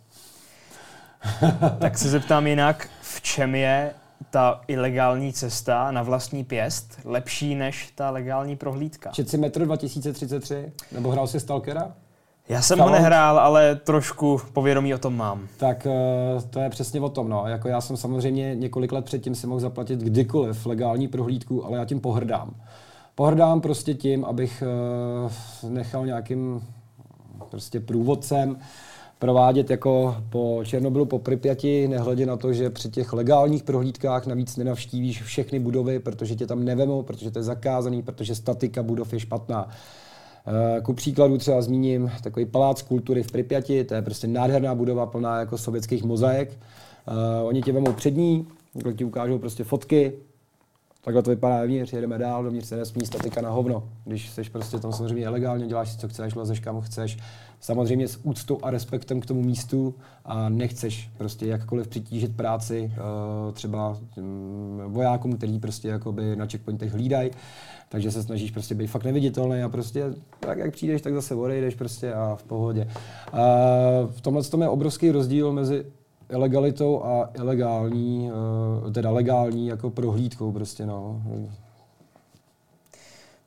Tak se zeptám jinak, v čem je ta ilegální cesta na vlastní pěst lepší než ta legální prohlídka? Četl jsi Metro dva tisíce třicet tři? Nebo hrál jsi Stalkera? Já jsem Stalon? ho nehrál, ale trošku povědomí o tom mám. Tak to je přesně o tom. No. Jako já jsem samozřejmě několik let předtím si mohl zaplatit kdykoliv legální prohlídku, ale já tím pohrdám. Pohrdám prostě tím, abych nechal nějakým prostě průvodcem provádět jako po Černobylu, po Pripyati, nehledě na to, že při těch legálních prohlídkách navíc nenavštívíš všechny budovy, protože tě tam nevemou, protože to je zakázaný, protože statika budov je špatná. Ku příkladu třeba zmíním takový palác kultury v Pripyati, to je prostě nádherná budova plná jako sovětských mozaik. Oni tě vemou před ní, takhle ti ukážou prostě fotky, takhle to vypadá vevnitř, jedeme dál, dovnitř se nesmí, statika na hovno. Když jsi prostě tam samozřejmě ilegálně, děláš si co chceš, lezeš kam chceš. Samozřejmě s úctou a respektem k tomu místu a nechceš prostě jakkoliv přitížit práci třeba vojákům, který prostě jakoby na checkpointech hlídají. Takže se snažíš prostě být fakt neviditelný a prostě tak jak přijdeš, tak zase odejdeš prostě a v pohodě. A v tomhle tom je obrovský rozdíl mezi ilegalitou a ilegální, teda legální jako prohlídkou prostě, no.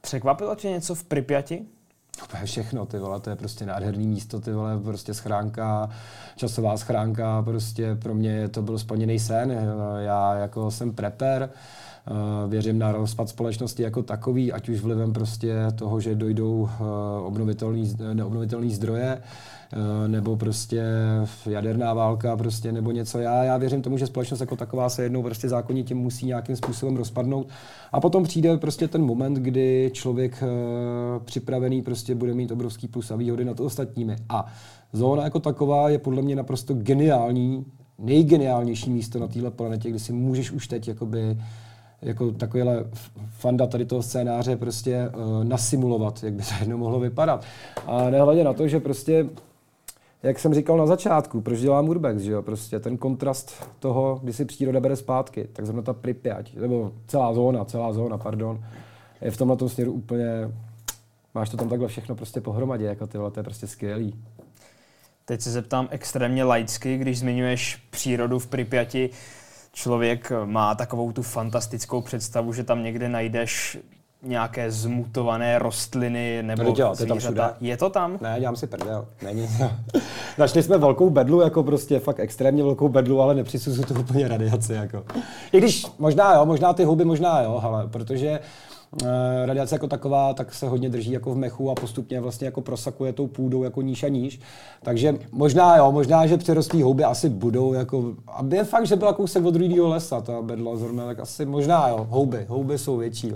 Překvapilo tě něco v Pripyati? Úplně všechno, ty vole, to je prostě nádherný místo, ty vole, prostě schránka, časová schránka, prostě pro mě to byl splněný sen. Já jako jsem prepper, věřím na rozpad společnosti jako takový, ať už vlivem prostě toho, že dojdou obnovitelný, neobnovitelný zdroje, nebo prostě jaderná válka, prostě, nebo něco. Já, já věřím tomu, že společnost jako taková se jednou prostě zákonitě musí nějakým způsobem rozpadnout. A potom přijde prostě ten moment, kdy člověk připravený prostě bude mít obrovský plus a výhody nad ostatními. A zóna jako taková je podle mě naprosto geniální, nejgeniálnější místo na téhle planetě, kde si můžeš už teď jakoby jako takovýhle fanda tady toho scénáře prostě uh, nasimulovat, jak by to jednou mohlo vypadat. A nehledě na to, že prostě, jak jsem říkal na začátku, proč dělám urbex, že jo, prostě ten kontrast toho, kdy si příroda bere zpátky, tak zrovna ta Pripyat, nebo celá zóna, celá zóna, pardon, je v tomhle směru úplně, máš to tam takhle všechno prostě pohromadě, jako tyhle, to je prostě skvělý. Teď se zeptám extrémně laicky, když zmiňuješ přírodu v Pripyati, člověk má takovou tu fantastickou představu, že tam někde najdeš nějaké zmutované rostliny nebo to dělá, zvířata. Je to tam? Ne, dělám si prdel. Není. Našli jsme velkou bedlu, jako prostě fakt extrémně velkou bedlu, ale nepřisuzuji to úplně radiaci. Jako. I když možná jo, možná ty houby, možná jo, hele, protože e, radiace jako taková tak se hodně drží jako v mechu a postupně vlastně jako prosakuje tou půdou jako níž a níž. Takže možná jo, možná, že přirostlý houby asi budou jako, aby je fakt, že byla kousek od druhého lesa ta bedla zrovna, tak asi možná jo, houby, houby jsou větší.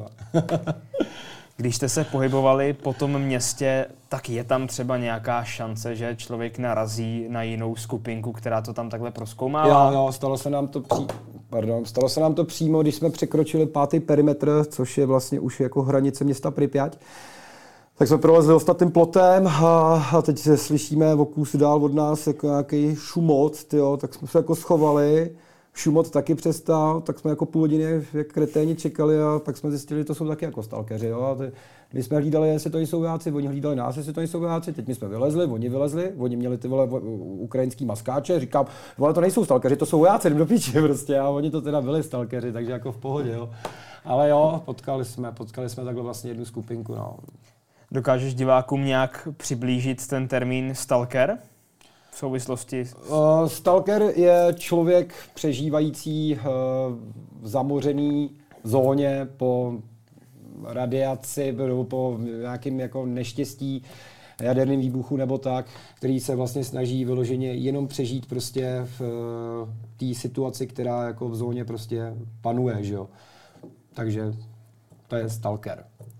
Když jste se pohybovali po tom městě, tak je tam třeba nějaká šance, že člověk narazí na jinou skupinku, která to tam takhle prozkoumává? Jo, jo, stalo se nám to pří... Pardon, stalo se nám to přímo, když jsme překročili pátý perimetr, což je vlastně už jako hranice města Pripyat. Tak jsme prolezli ostatním plotem a, a teď se slyšíme o kus dál od nás jako nějaký šumot, tyjo, tak jsme se jako schovali. Šumot taky přestal, tak jsme jako půl hodiny jak kreténi čekali a pak jsme zjistili, že to jsou taky jako stalkeři. Jo? A ty, my jsme hlídali, jestli to nejsou vojáci, oni hlídali nás, jestli to nejsou vojáci. Teď my jsme vylezli, oni vylezli, oni měli ty vole ukrajinský maskáče, říkám, vole, to nejsou stalkeři, to jsou vojáci, jdem do píči prostě. A oni to teda byli stalkeři, takže jako v pohodě. Jo? Ale jo, potkali jsme, potkali jsme takhle vlastně jednu skupinku. No. Dokážeš divákům nějak přiblížit ten termín stalker? V souvislosti? Uh, stalker je člověk přežívající uh, v zamořený zóně po radiaci nebo po nějakým jako neštěstí, jaderným výbuchu nebo tak, který se vlastně snaží vyloženě jenom přežít prostě v uh, té situaci, která jako v zóně prostě panuje, že jo. Takže to je stalker.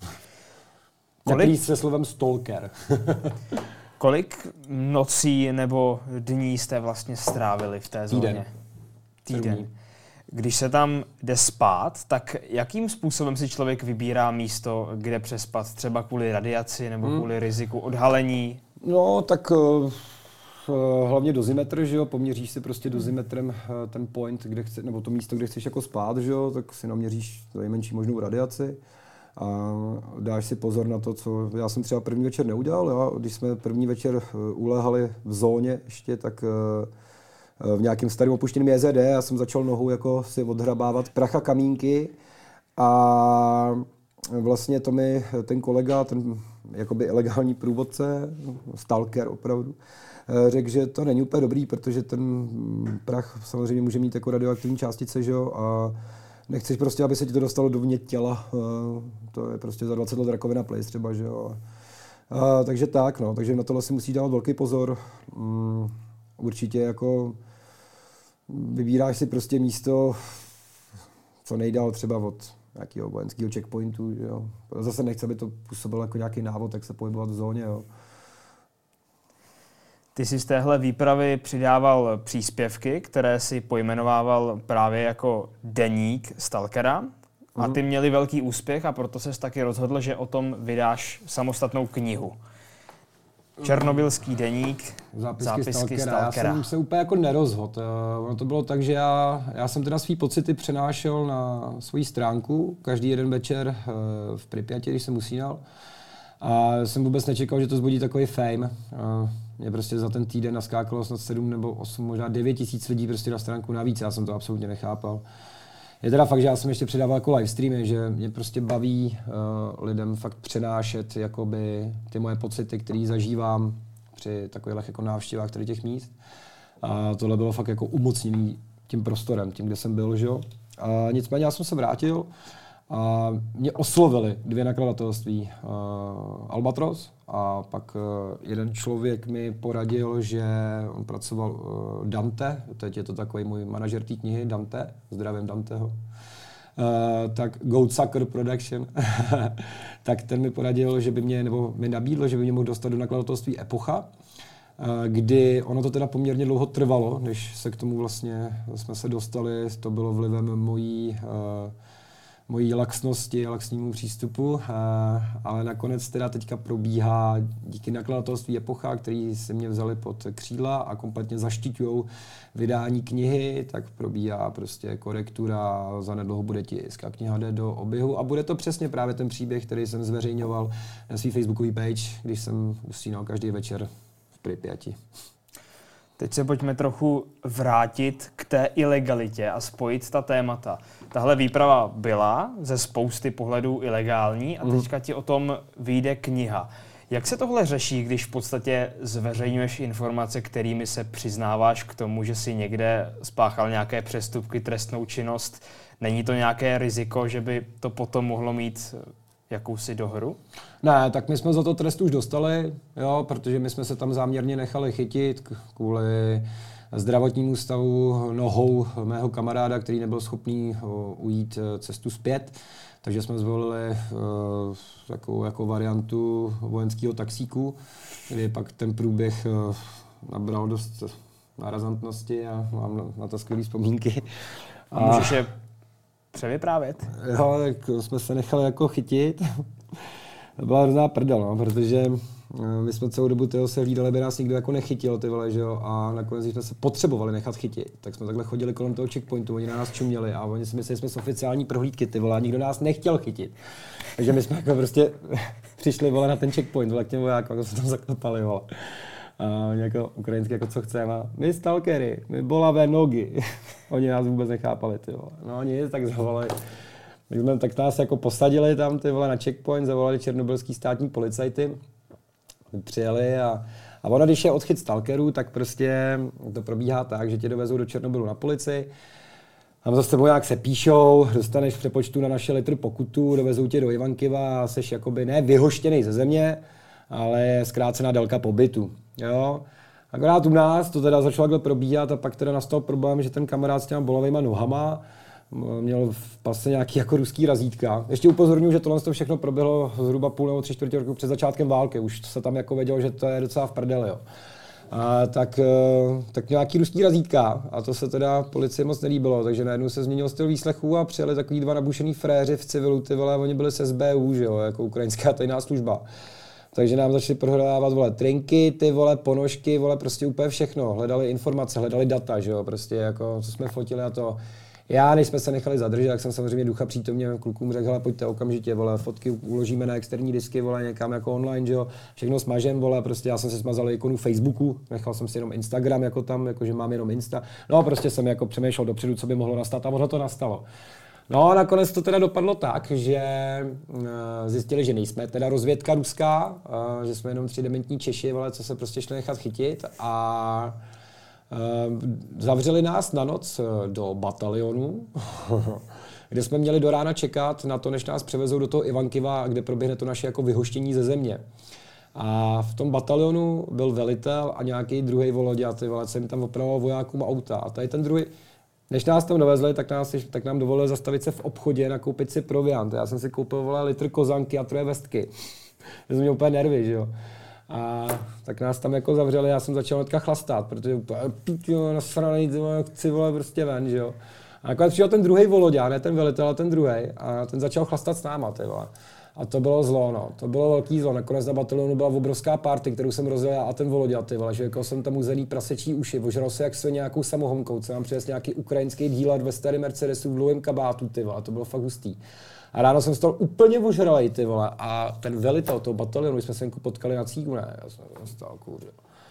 Kolik se slovem stalker. Kolik nocí nebo dní jste vlastně strávili v té zóně? Týden. Týden. Když se tam jde spát, tak jakým způsobem si člověk vybírá místo, kde přespat? Třeba kvůli radiaci nebo hmm. kvůli riziku odhalení? No, tak uh, hlavně dozimetr, že jo? Poměříš si prostě dozimetrem uh, ten point, kde chce, nebo to místo, kde chceš jako spát, že jo? Tak si naměříš nejmenší možnou radiaci. A dáš si pozor na to, co já jsem třeba první večer neudělal. Jo? Když jsme první večer uléhali v zóně ještě, tak v nějakém starém opuštěném J Z D já jsem začal nohou jako si odhrabávat prach a kamínky a vlastně to mi ten kolega, ten jakoby ilegální průvodce, stalker opravdu, řekl, že to není úplně dobrý, protože ten prach samozřejmě může mít jako radioaktivní částice, že jo, a nechceš prostě, aby se ti to dostalo dovnitř těla, to je prostě za dvacet let rakovina plic třeba, že jo. A, takže tak, no, takže na tohle si musíš dávat velký pozor. Um, určitě jako vybíráš si prostě místo, co nejdál třeba od nějakého vojenského checkpointu, že jo. Zase nechci, aby to působilo jako nějaký návod, jak se pohybovat v zóně, jo. Ty jsi z téhle výpravy přidával příspěvky, které si pojmenovával právě jako deník stalkera. A ty měli velký úspěch a proto ses taky rozhodl, že o tom vydáš samostatnou knihu. Černobylský deník, zápisky, zápisky stalkera. stalkera. Já jsem se úplně jako nerozhodl. Ono to bylo tak, že já, já jsem teda svý pocity přenášel na svoji stránku každý jeden večer v Pripyati, když jsem usínal. A jsem vůbec nečekal, že to zbudí takový fame. Mě prostě za ten týden naskákalo snad sedm nebo osm, možná devět tisíc lidí prostě na stránku navíc. Já jsem to absolutně nechápal. je teda fakt, že já jsem ještě přidával jako live streamy, že mě prostě baví uh, lidem fakt přenášet jakoby ty moje pocity, které zažívám při takových jako návštěvách tady těch míst. A tohle bylo fakt jako umocněný tím prostorem, tím, kde jsem byl, že jo. A nicméně já jsem se vrátil a mě oslovili dvě nakladatelství, uh, Albatros a pak uh, jeden člověk mi poradil, že on pracoval uh, Dante, teď je to takový můj manažer té knihy, Dante, zdravím Danteho, uh, tak Goatsucker Production, tak ten mi poradil, že by mě, nebo mi nabídl, že by mě mohl dostat do nakladatelství Epocha, uh, kdy ono to teda poměrně dlouho trvalo, než se k tomu vlastně jsme se dostali, to bylo vlivem mojí uh, mojí laxnosti, laxnímu přístupu, ale nakonec teda teďka probíhá díky nakladatelství Epocha, který se mě vzali pod křídla a kompletně zaštiťujou vydání knihy, tak probíhá prostě korektura, zanedlouho bude tisk a kniha jde do oběhu a bude to přesně právě ten příběh, který jsem zveřejňoval na svý facebookový page, když jsem usínal každý večer v Pripyati. Teď se pojďme trochu vrátit k té ilegalitě a spojit ta témata. Tahle výprava byla ze spousty pohledů ilegální a teďka ti o tom vyjde kniha. Jak se tohle řeší, když v podstatě zveřejňuješ informace, kterými se přiznáváš k tomu, že si někde spáchal nějaké přestupky, trestnou činnost? Není to nějaké riziko, že by to potom mohlo mít jakousi dohru? Ne, tak my jsme za to trest už dostali, jo, protože my jsme se tam záměrně nechali chytit kvůli zdravotnímu stavu nohou mého kamaráda, který nebyl schopný ujít cestu zpět. Takže jsme zvolili uh, takovou jako variantu vojenského taxíku, kdy pak ten průběh uh, nabral dost razantnosti a mám na, na to skvělé vzpomínky. A můžeš je převyprávět? Jo, tak jsme se nechali jako chytit. To byla hrozná prdel, no, protože my jsme celou dobu tyho se hlídali, aby nás nikdo jako nechytil, ty vole, že jo, a nakonec jsme se potřebovali nechat chytit, tak jsme takhle chodili kolem toho checkpointu, oni na nás čuměli a oni si mysleli, že jsme z oficiální prohlídky, ty vole, a nikdo nás nechtěl chytit. Takže my jsme jako prostě přišli, vole, na ten checkpoint, vole, k těm vojákům, jako se tam zaklepali, vole. A oni jako ukrajinsky, jako co chceme, a my stalkery, my bolavé nogy. Oni nás vůbec nechápali, ty vole. No nic, tak zavolali. Tak, jsme, tak nás jako posadili tam, ty vole, na checkpoint, zavolali černobylský státní policajty. Přijeli a, a ono, když je odchyt stalkerů, tak prostě to probíhá tak, že tě dovezou do Černobylu na policii. Tam zase tebou nějak se píšou, dostaneš v přepočtu na naše litr pokutu, dovezou tě do Ivankiva a seš jakoby ne vyhoštěnej ze země, ale zkrácená délka pobytu. Jo? Akorát u nás to teda začalo takhle probíhat a pak teda nastal problém, že ten kamarád s těma bolavýma nohama měl v pase nějaký jako ruský razítka. Ještě upozorňuji, že tohle všechno proběhlo zhruba půl nebo tři čtvrtě roku před začátkem války. Už se tam jako vědělo, že to je docela v prdeli. Jo. A tak, tak nějaký ruský razítka a to se teda policii moc nelíbilo, takže najednou se změnil styl výslechů a přijeli takový dva nabušený fréři v civilu, ty vole, oni byli z S B U, že jo, jako ukrajinská tajná služba. Takže nám začali prohrávat, vole, trinky, ty vole, ponožky, vole, prostě úplně všechno. Hledali informace, hledali data, že jo, prostě jako, co jsme fotili a to. Já, než jsme se nechali zadržet, tak jsem samozřejmě ducha přítomně klukům řekl, hele, pojďte okamžitě, vole, fotky uložíme na externí disky, vole, někam jako online, že jo, všechno smažem, vole, prostě já jsem si smazal ikonu Facebooku, nechal jsem si jenom Instagram jako tam, jako že mám jenom Insta, no prostě jsem jako přemýšlel dopředu, co by mohlo nastat a ono to nastalo. No a nakonec to teda dopadlo tak, že zjistili, že nejsme teda rozvědka ruská, že jsme jenom tři dementní Češi, vole, co se prostě šli nechat chytit a zavřeli nás na noc do batalionu, kde jsme měli do rána čekat na to, než nás převezou do toho Ivankiva, kde proběhne to naše jako vyhoštění ze země. A v tom batalionu byl velitel a nějaký druhý volodě a ty vole, se mi tam opravoval vojákům auta. A tady ten druhý, než nás tam dovezli, tak, nás, tak nám dovolili zastavit se v obchodě, nakoupit si proviant. Já jsem si koupil, vole, litr kozanky a troje vestky. Já jsem měl úplně nervy, že jo. A tak nás tam jako zavřeli, já jsem začal hnedka chlastat, protože úplně nasranej, chci, vole, prostě ven, že jo. A nakonec přišel ten druhý Volodя, ne ten velitel, ale ten druhý, a ten začal chlastat s náma, ty vole. A to bylo zlo, no. To bylo velký zlo. Nakonec na batalionu byla obrovská party, kterou jsem rozjel a ten Volodя, ty vole, že jako jsem tam uzený prasečí uši, ožral se jak svině nějakou samohonkou, co nám přines nějaký ukrajinský díler ve starém Mercedesu v dlouhém kabátu, ty vole, to bylo fakt hustý. A ráno jsem stal úplně ožralej, ty vole, a ten velitel toho batalionu, jsme se potkali na cígu, ne, já jsem stal, kurva.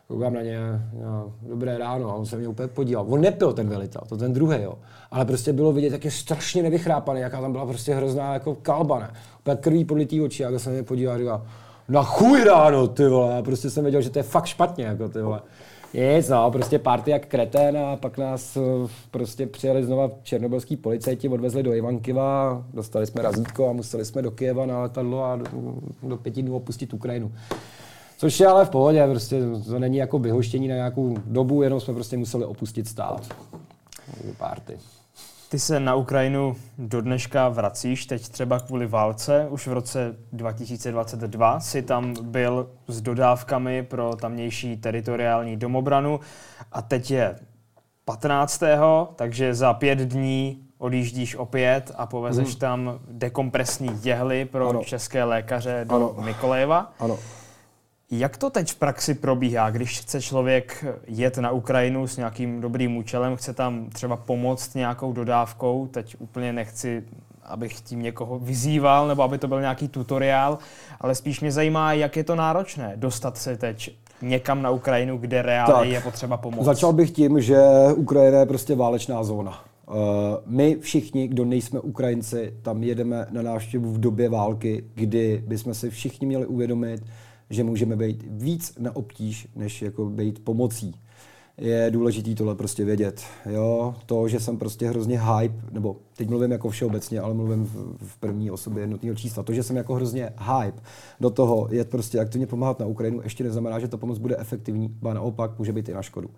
koukám na ně, no, dobré ráno, a on se mě úplně podíval. On nepil ten velitel, to ten druhý, jo. Ale prostě bylo vidět, jak je strašně nevychrápaný, jaká tam byla prostě hrozná jako kalba, ne. Úplně krví podlitý oči, jak se mě podíval a říkal, na chuj ráno, ty vole, a prostě jsem věděl, že to je fakt špatně, jako ty vole. Nic, no, prostě party jak kretén a pak nás prostě přijeli znova černobylský policajti, odvezli do Ivankiva, dostali jsme razítko a museli jsme do Kyjeva na letadlo a do, do pěti dnů opustit Ukrajinu. Což je ale v pohodě, prostě to není jako vyhoštění na nějakou dobu, jenom jsme prostě museli opustit stát. Party. Ty se na Ukrajinu do dneška vracíš, teď třeba kvůli válce. Už v roce dva tisíce dvacet dva si tam byl s dodávkami pro tamnější teritoriální domobranu a teď je patnáctého takže za pět dní odjíždíš opět a povezeš hmm. tam dekompresní jehly pro ano. české lékaře do ano. Mykolajeva. Ano. Jak to teď v praxi probíhá, když chce člověk jet na Ukrajinu s nějakým dobrým účelem, chce tam třeba pomoct nějakou dodávkou, teď úplně nechci, abych tím někoho vyzýval, nebo aby to byl nějaký tutoriál, ale spíš mě zajímá, jak je to náročné dostat se teď někam na Ukrajinu, kde reálně je potřeba pomoct. Začal bych tím, že Ukrajina je prostě válečná zóna. Uh, my všichni, kdo nejsme Ukrajinci, tam jedeme na návštěvu v době války, kdy bychom si všichni měli uvědomit, že můžeme být víc na obtíž, než jako být pomocí. Je důležitý tohle prostě vědět. Jo? To, že jsem prostě hrozně hype, nebo teď mluvím jako všeobecně, ale mluvím v, v první osobě jednotného čísla. To, že jsem jako hrozně hype do toho jet prostě aktivně pomáhat na Ukrajinu, ještě neznamená, že ta pomoc bude efektivní, ba naopak může být i na škodu. Uh,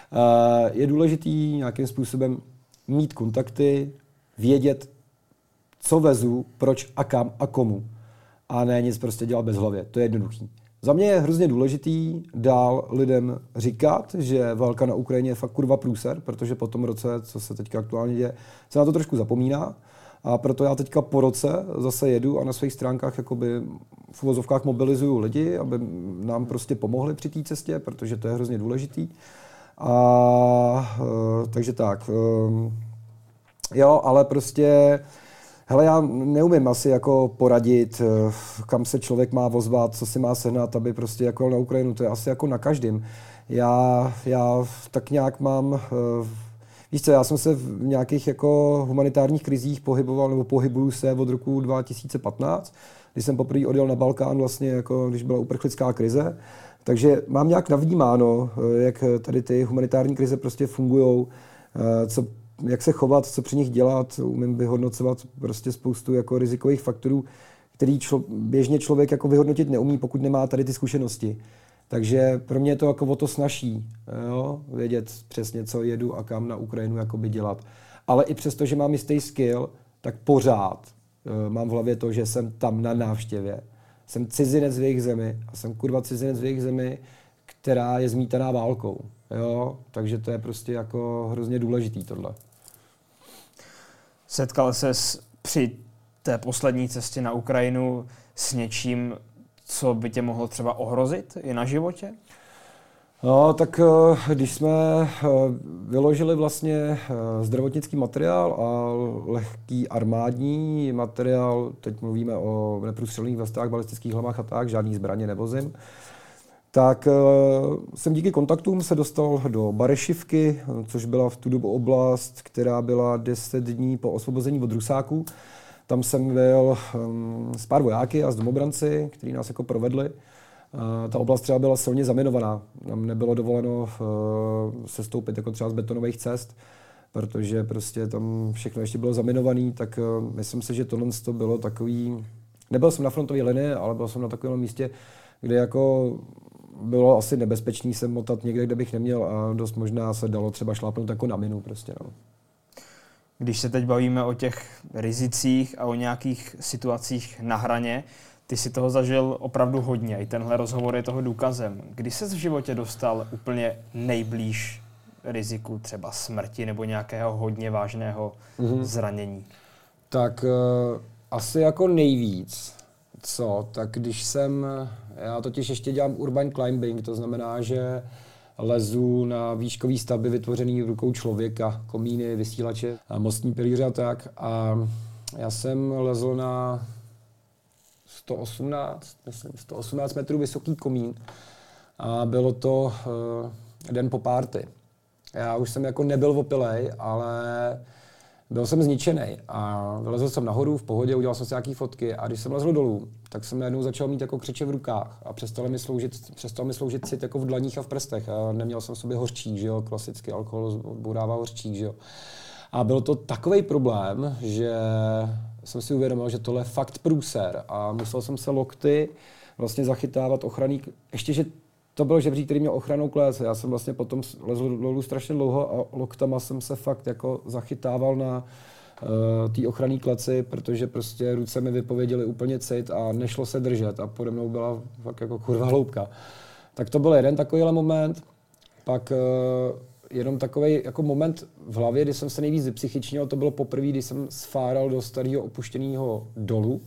je důležitý nějakým způsobem mít kontakty, vědět, co vezu, proč a kam a komu. A ne nic prostě dělat bez hlavě. To je jednoduchý. Za mě je hrozně důležitý dál lidem říkat, že válka na Ukrajině je fakt kurva průser, protože po tom roce, co se teďka aktuálně děje, se na to trošku zapomíná. A proto já teďka po roce zase jedu a na svých stránkách jakoby v uvozovkách mobilizuju lidi, aby nám prostě pomohli při té cestě, protože to je hrozně důležitý. A takže tak. Jo, ale prostě hele, já neumím asi jako poradit, kam se člověk má vozvat, co si má sehnat, aby prostě jako na Ukrajinu, to je asi jako na každém. Já, já tak nějak mám, víš co, já jsem se v nějakých jako humanitárních krizích pohyboval, nebo pohybuju se od roku dva tisíce patnáct, kdy jsem poprvé odjel na Balkán vlastně, jako když byla uprchlická krize. Takže mám nějak navnímáno, jak tady ty humanitární krize prostě fungujou, co jak se chovat, co při nich dělat, umím vyhodnocovat prostě spoustu jako rizikových faktorů, který člo, běžně člověk jako vyhodnotit neumí, pokud nemá tady ty zkušenosti. Takže pro mě je to jako o to snazší, jo, vědět přesně, co jedu a kam na Ukrajinu jakoby dělat. Ale i přesto, že mám jistý skill, tak pořád uh, mám v hlavě to, že jsem tam na návštěvě. Jsem cizinec v jejich zemi a jsem kurva cizinec v jejich zemi, která je zmítaná válkou. Jo, takže to je prostě jako hrozně důležitý tohle. Setkal ses při té poslední cestě na Ukrajinu s něčím, co by tě mohlo třeba ohrozit i na životě? No, tak když jsme vyložili vlastně zdravotnický materiál a lehký armádní materiál, teď mluvíme o neprůstřelných vestách, balistických hlavách a tak, žádný zbraně nevozím, tak jsem díky kontaktům se dostal do Barešivky, což byla v tu dobu oblast, která byla deset dní po osvobození od Rusáků. Tam jsem byl um, s pár vojáky a s domobranci, kteří nás jako provedli. Uh, ta oblast třeba byla silně zaminovaná. Nám nebylo dovoleno uh, sestoupit jako třeba z betonových cest, protože prostě tam všechno ještě bylo zaminované, tak uh, myslím si, že tohle to bylo takový... Nebyl jsem na frontové linii, ale byl jsem na takovém místě, kde jako bylo asi nebezpečný se motat někde, kde bych neměl a dost možná se dalo třeba šlápnout jako na minu prostě, no. Když se teď bavíme o těch rizicích a o nějakých situacích na hraně, ty si toho zažil opravdu hodně. I tenhle rozhovor je toho důkazem. Kdy ses v životě dostal úplně nejblíž riziku třeba smrti nebo nějakého hodně vážného mm-hmm. zranění? Tak uh, asi jako nejvíc. Co? Tak když jsem, já totiž ještě dělám urban climbing, to znamená, že lezu na výškový stavby vytvořený rukou člověka, komíny, vysílače, mostní pilíře a tak. A já jsem lezl na sto osmnáct, myslím, sto osmnáct metrů vysoký komín. a bylo to uh, den po party. Já už jsem jako nebyl opilej, ale byl jsem zničený a vylezl jsem nahoru v pohodě, udělal jsem si nějaký fotky a když jsem lezl dolů, tak jsem najednou začal mít jako křiče v rukách a přestal mi sloužit, přestal mi sloužit cit jako v dlaních a v prstech a neměl jsem v sobě hořčík, že jo, klasicky alkohol odbourává hořčík, že jo. A byl to takový problém, že jsem si uvědomil, že tohle je fakt průser a musel jsem se lokty vlastně zachytávat ochranný, ještě že to byl žebřík, který měl ochrannou kles. Já jsem vlastně potom lezl dolů strašně dlouho a loktama jsem se fakt jako zachytával na uh, té ochranné kleci, protože prostě ruce mi vypověděly úplně cit a nešlo se držet a pode mnou byla fakt jako kurva hloubka. Tak to byl jeden takovýhle moment. Pak uh, jenom takový jako moment v hlavě, kdy jsem se nejvíc vypsychičnil, to bylo poprvé, kdy jsem sfáral do starého opuštěného dolu.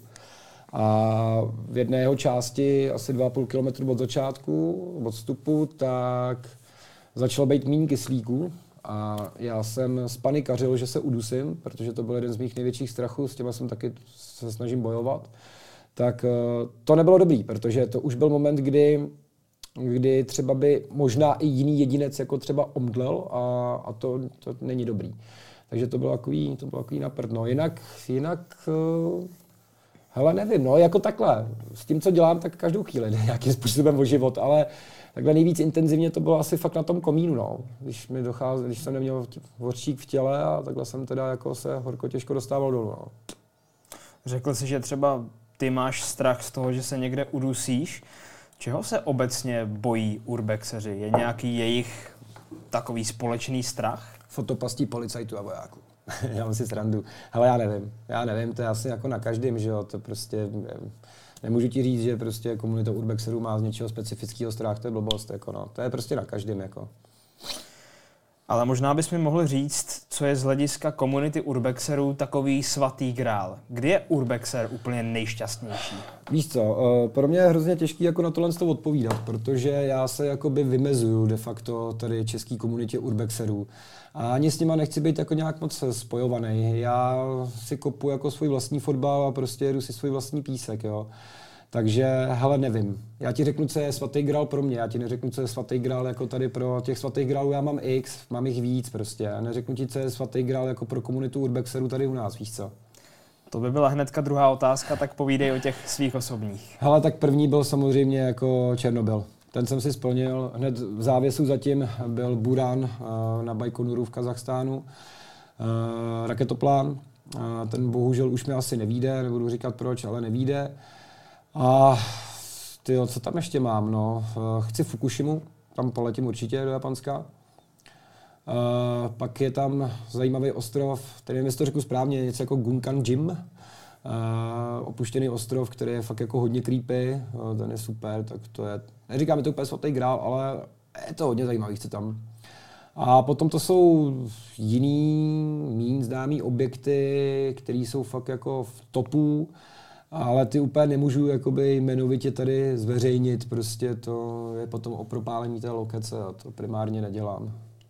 A v jedné jeho části, asi dva a půl kilometru od začátku, od vstupu, tak začalo být míň kyslíku a já jsem spanikařil, že se udusím, protože to byl jeden z mých největších strachů, s těma jsem taky se snažím bojovat. Tak to nebylo dobrý, protože to už byl moment, kdy, kdy třeba by možná i jiný jedinec jako třeba omdlel a, a to, to není dobrý. Takže to bylo takový, to bylo takový naprt. No, jinak, jinak hele, nevím, no, jako takhle. S tím, co dělám, tak každou chvíli jde nějakým způsobem o život, ale takhle nejvíc intenzivně to bylo asi fakt na tom komínu, no. Když mi docházelo, když jsem neměl hořčík v těle a takhle jsem teda jako se horko těžko dostával dolů, no. Řekl jsi, že třeba ty máš strach z toho, že se někde udusíš. Čeho se obecně bojí urbexeři? Je nějaký jejich takový společný strach? Fotopastí policajtů a vojáků. Já mám si srandu. Hele, já nevím. Já nevím, to je asi jako na každém, že jo, to prostě... Nemůžu ti říct, že prostě komunita urbexerů má z něčeho specifického strach, to je blbost, jako no. To je prostě na každém, jako. Ale možná bys mi mohl říct, co je z hlediska komunity urbexerů takový svatý grál. Kdy je urbexer úplně nejšťastnější? Víš co, pro mě je hrozně těžký jako na tohle odpovídat, protože já se jakoby vymezuju de facto tady české komunitě urbexerů. A ani s nima nechci být jako nějak moc spojovaný. Já si kopu jako svůj vlastní fotbal a prostě jedu si svůj vlastní písek, jo. Takže, hele, nevím. Já ti řeknu, co je svatý grál pro mě. Já ti neřeknu, co je svatý grál jako tady pro těch svatých grálů. Já mám x, mám jich víc prostě. A neřeknu ti, co je svatý grál jako pro komunitu urbexerů tady u nás, víš co? To by byla hnedka druhá otázka, tak povídej o těch svých osobních. Hele, tak první byl samozřejmě jako Černobyl. Ten jsem si splnil. Hned v závěsu zatím byl Buran na Bajkonuru v Kazachstánu. Raketoplán. Ten bohužel už mi asi nevyjde, nebudu říkat proč, ale nevyjde. A tyjo, co tam ještě mám, no. Chci Fukushimu, tam poletím určitě do Japonska. Uh, pak je tam zajímavý ostrov, který nevím, jestli to řeknu správně, něco jako Gunkan-jim. Uh, opuštěný ostrov, který je fakt jako hodně creepy, uh, ten je super, tak to je, neříkám, je to úplně svatý grál, ale je to hodně zajímavý, chci tam. A potom to jsou jiný, míň známý objekty, které jsou fakt jako v topu, ale ty úplně nemůžu jakoby jmenovitě tady zveřejnit, prostě to je potom o propálení té lokace a to primárně nedělám.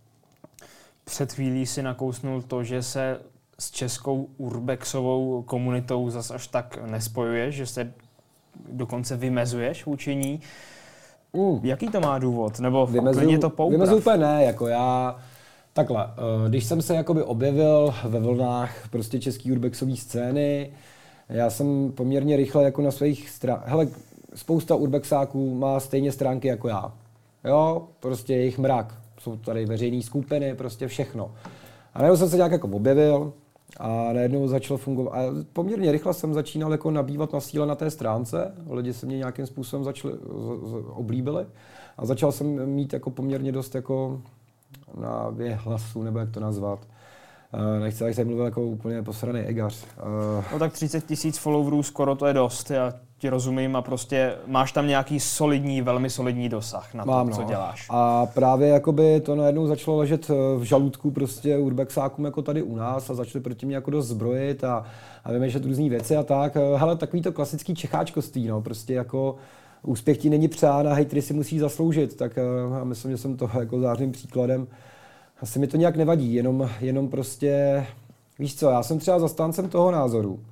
Před chvílí si nakousnul to, že se s českou urbexovou komunitou zas až tak nespojuješ, že se dokonce vymezuješ vůči ní. Mm. Jaký to má důvod? Nebo vymezuju, to pouprav? Vymezuju úplně ne, jako já... Takhle, když jsem se jakoby objevil ve vlnách prostě český urbexové scény, já jsem poměrně rychle jako na svých stránkách, hele, spousta urbexáků má stejně stránky jako já. Jo, prostě jejich mrak. Jsou tady veřejné skupiny, prostě všechno. A najednou jsem se nějak jako objevil a najednou začalo fungovat. A poměrně rychle jsem začínal jako nabývat na síle na té stránce. Lidi se mě nějakým způsobem začali, oblíbili. A začal jsem mít jako poměrně dost jako na věhlasu, nebo jak to nazvat. Uh, nechci, jak jsem mluvil jako úplně posraný egař. Uh, no tak třicet tisíc followerů skoro to je dost, já ti rozumím a prostě máš tam nějaký solidní, velmi solidní dosah na to, mám, co no. děláš. A právě jakoby to najednou začalo ležet v žaludku prostě urbexákům jako tady u nás a začali proti mě jako dost zbrojit a, a vymýšlet různý věci a tak. Hele, takový to klasický čecháčkoství, no, prostě jako úspěch ti není přán a hejtry si musí zasloužit, tak uh, myslím, že jsem toho jako zářným příkladem. Asi mi to nějak nevadí, jenom, jenom prostě, víš co, já jsem třeba zastáncem toho názoru,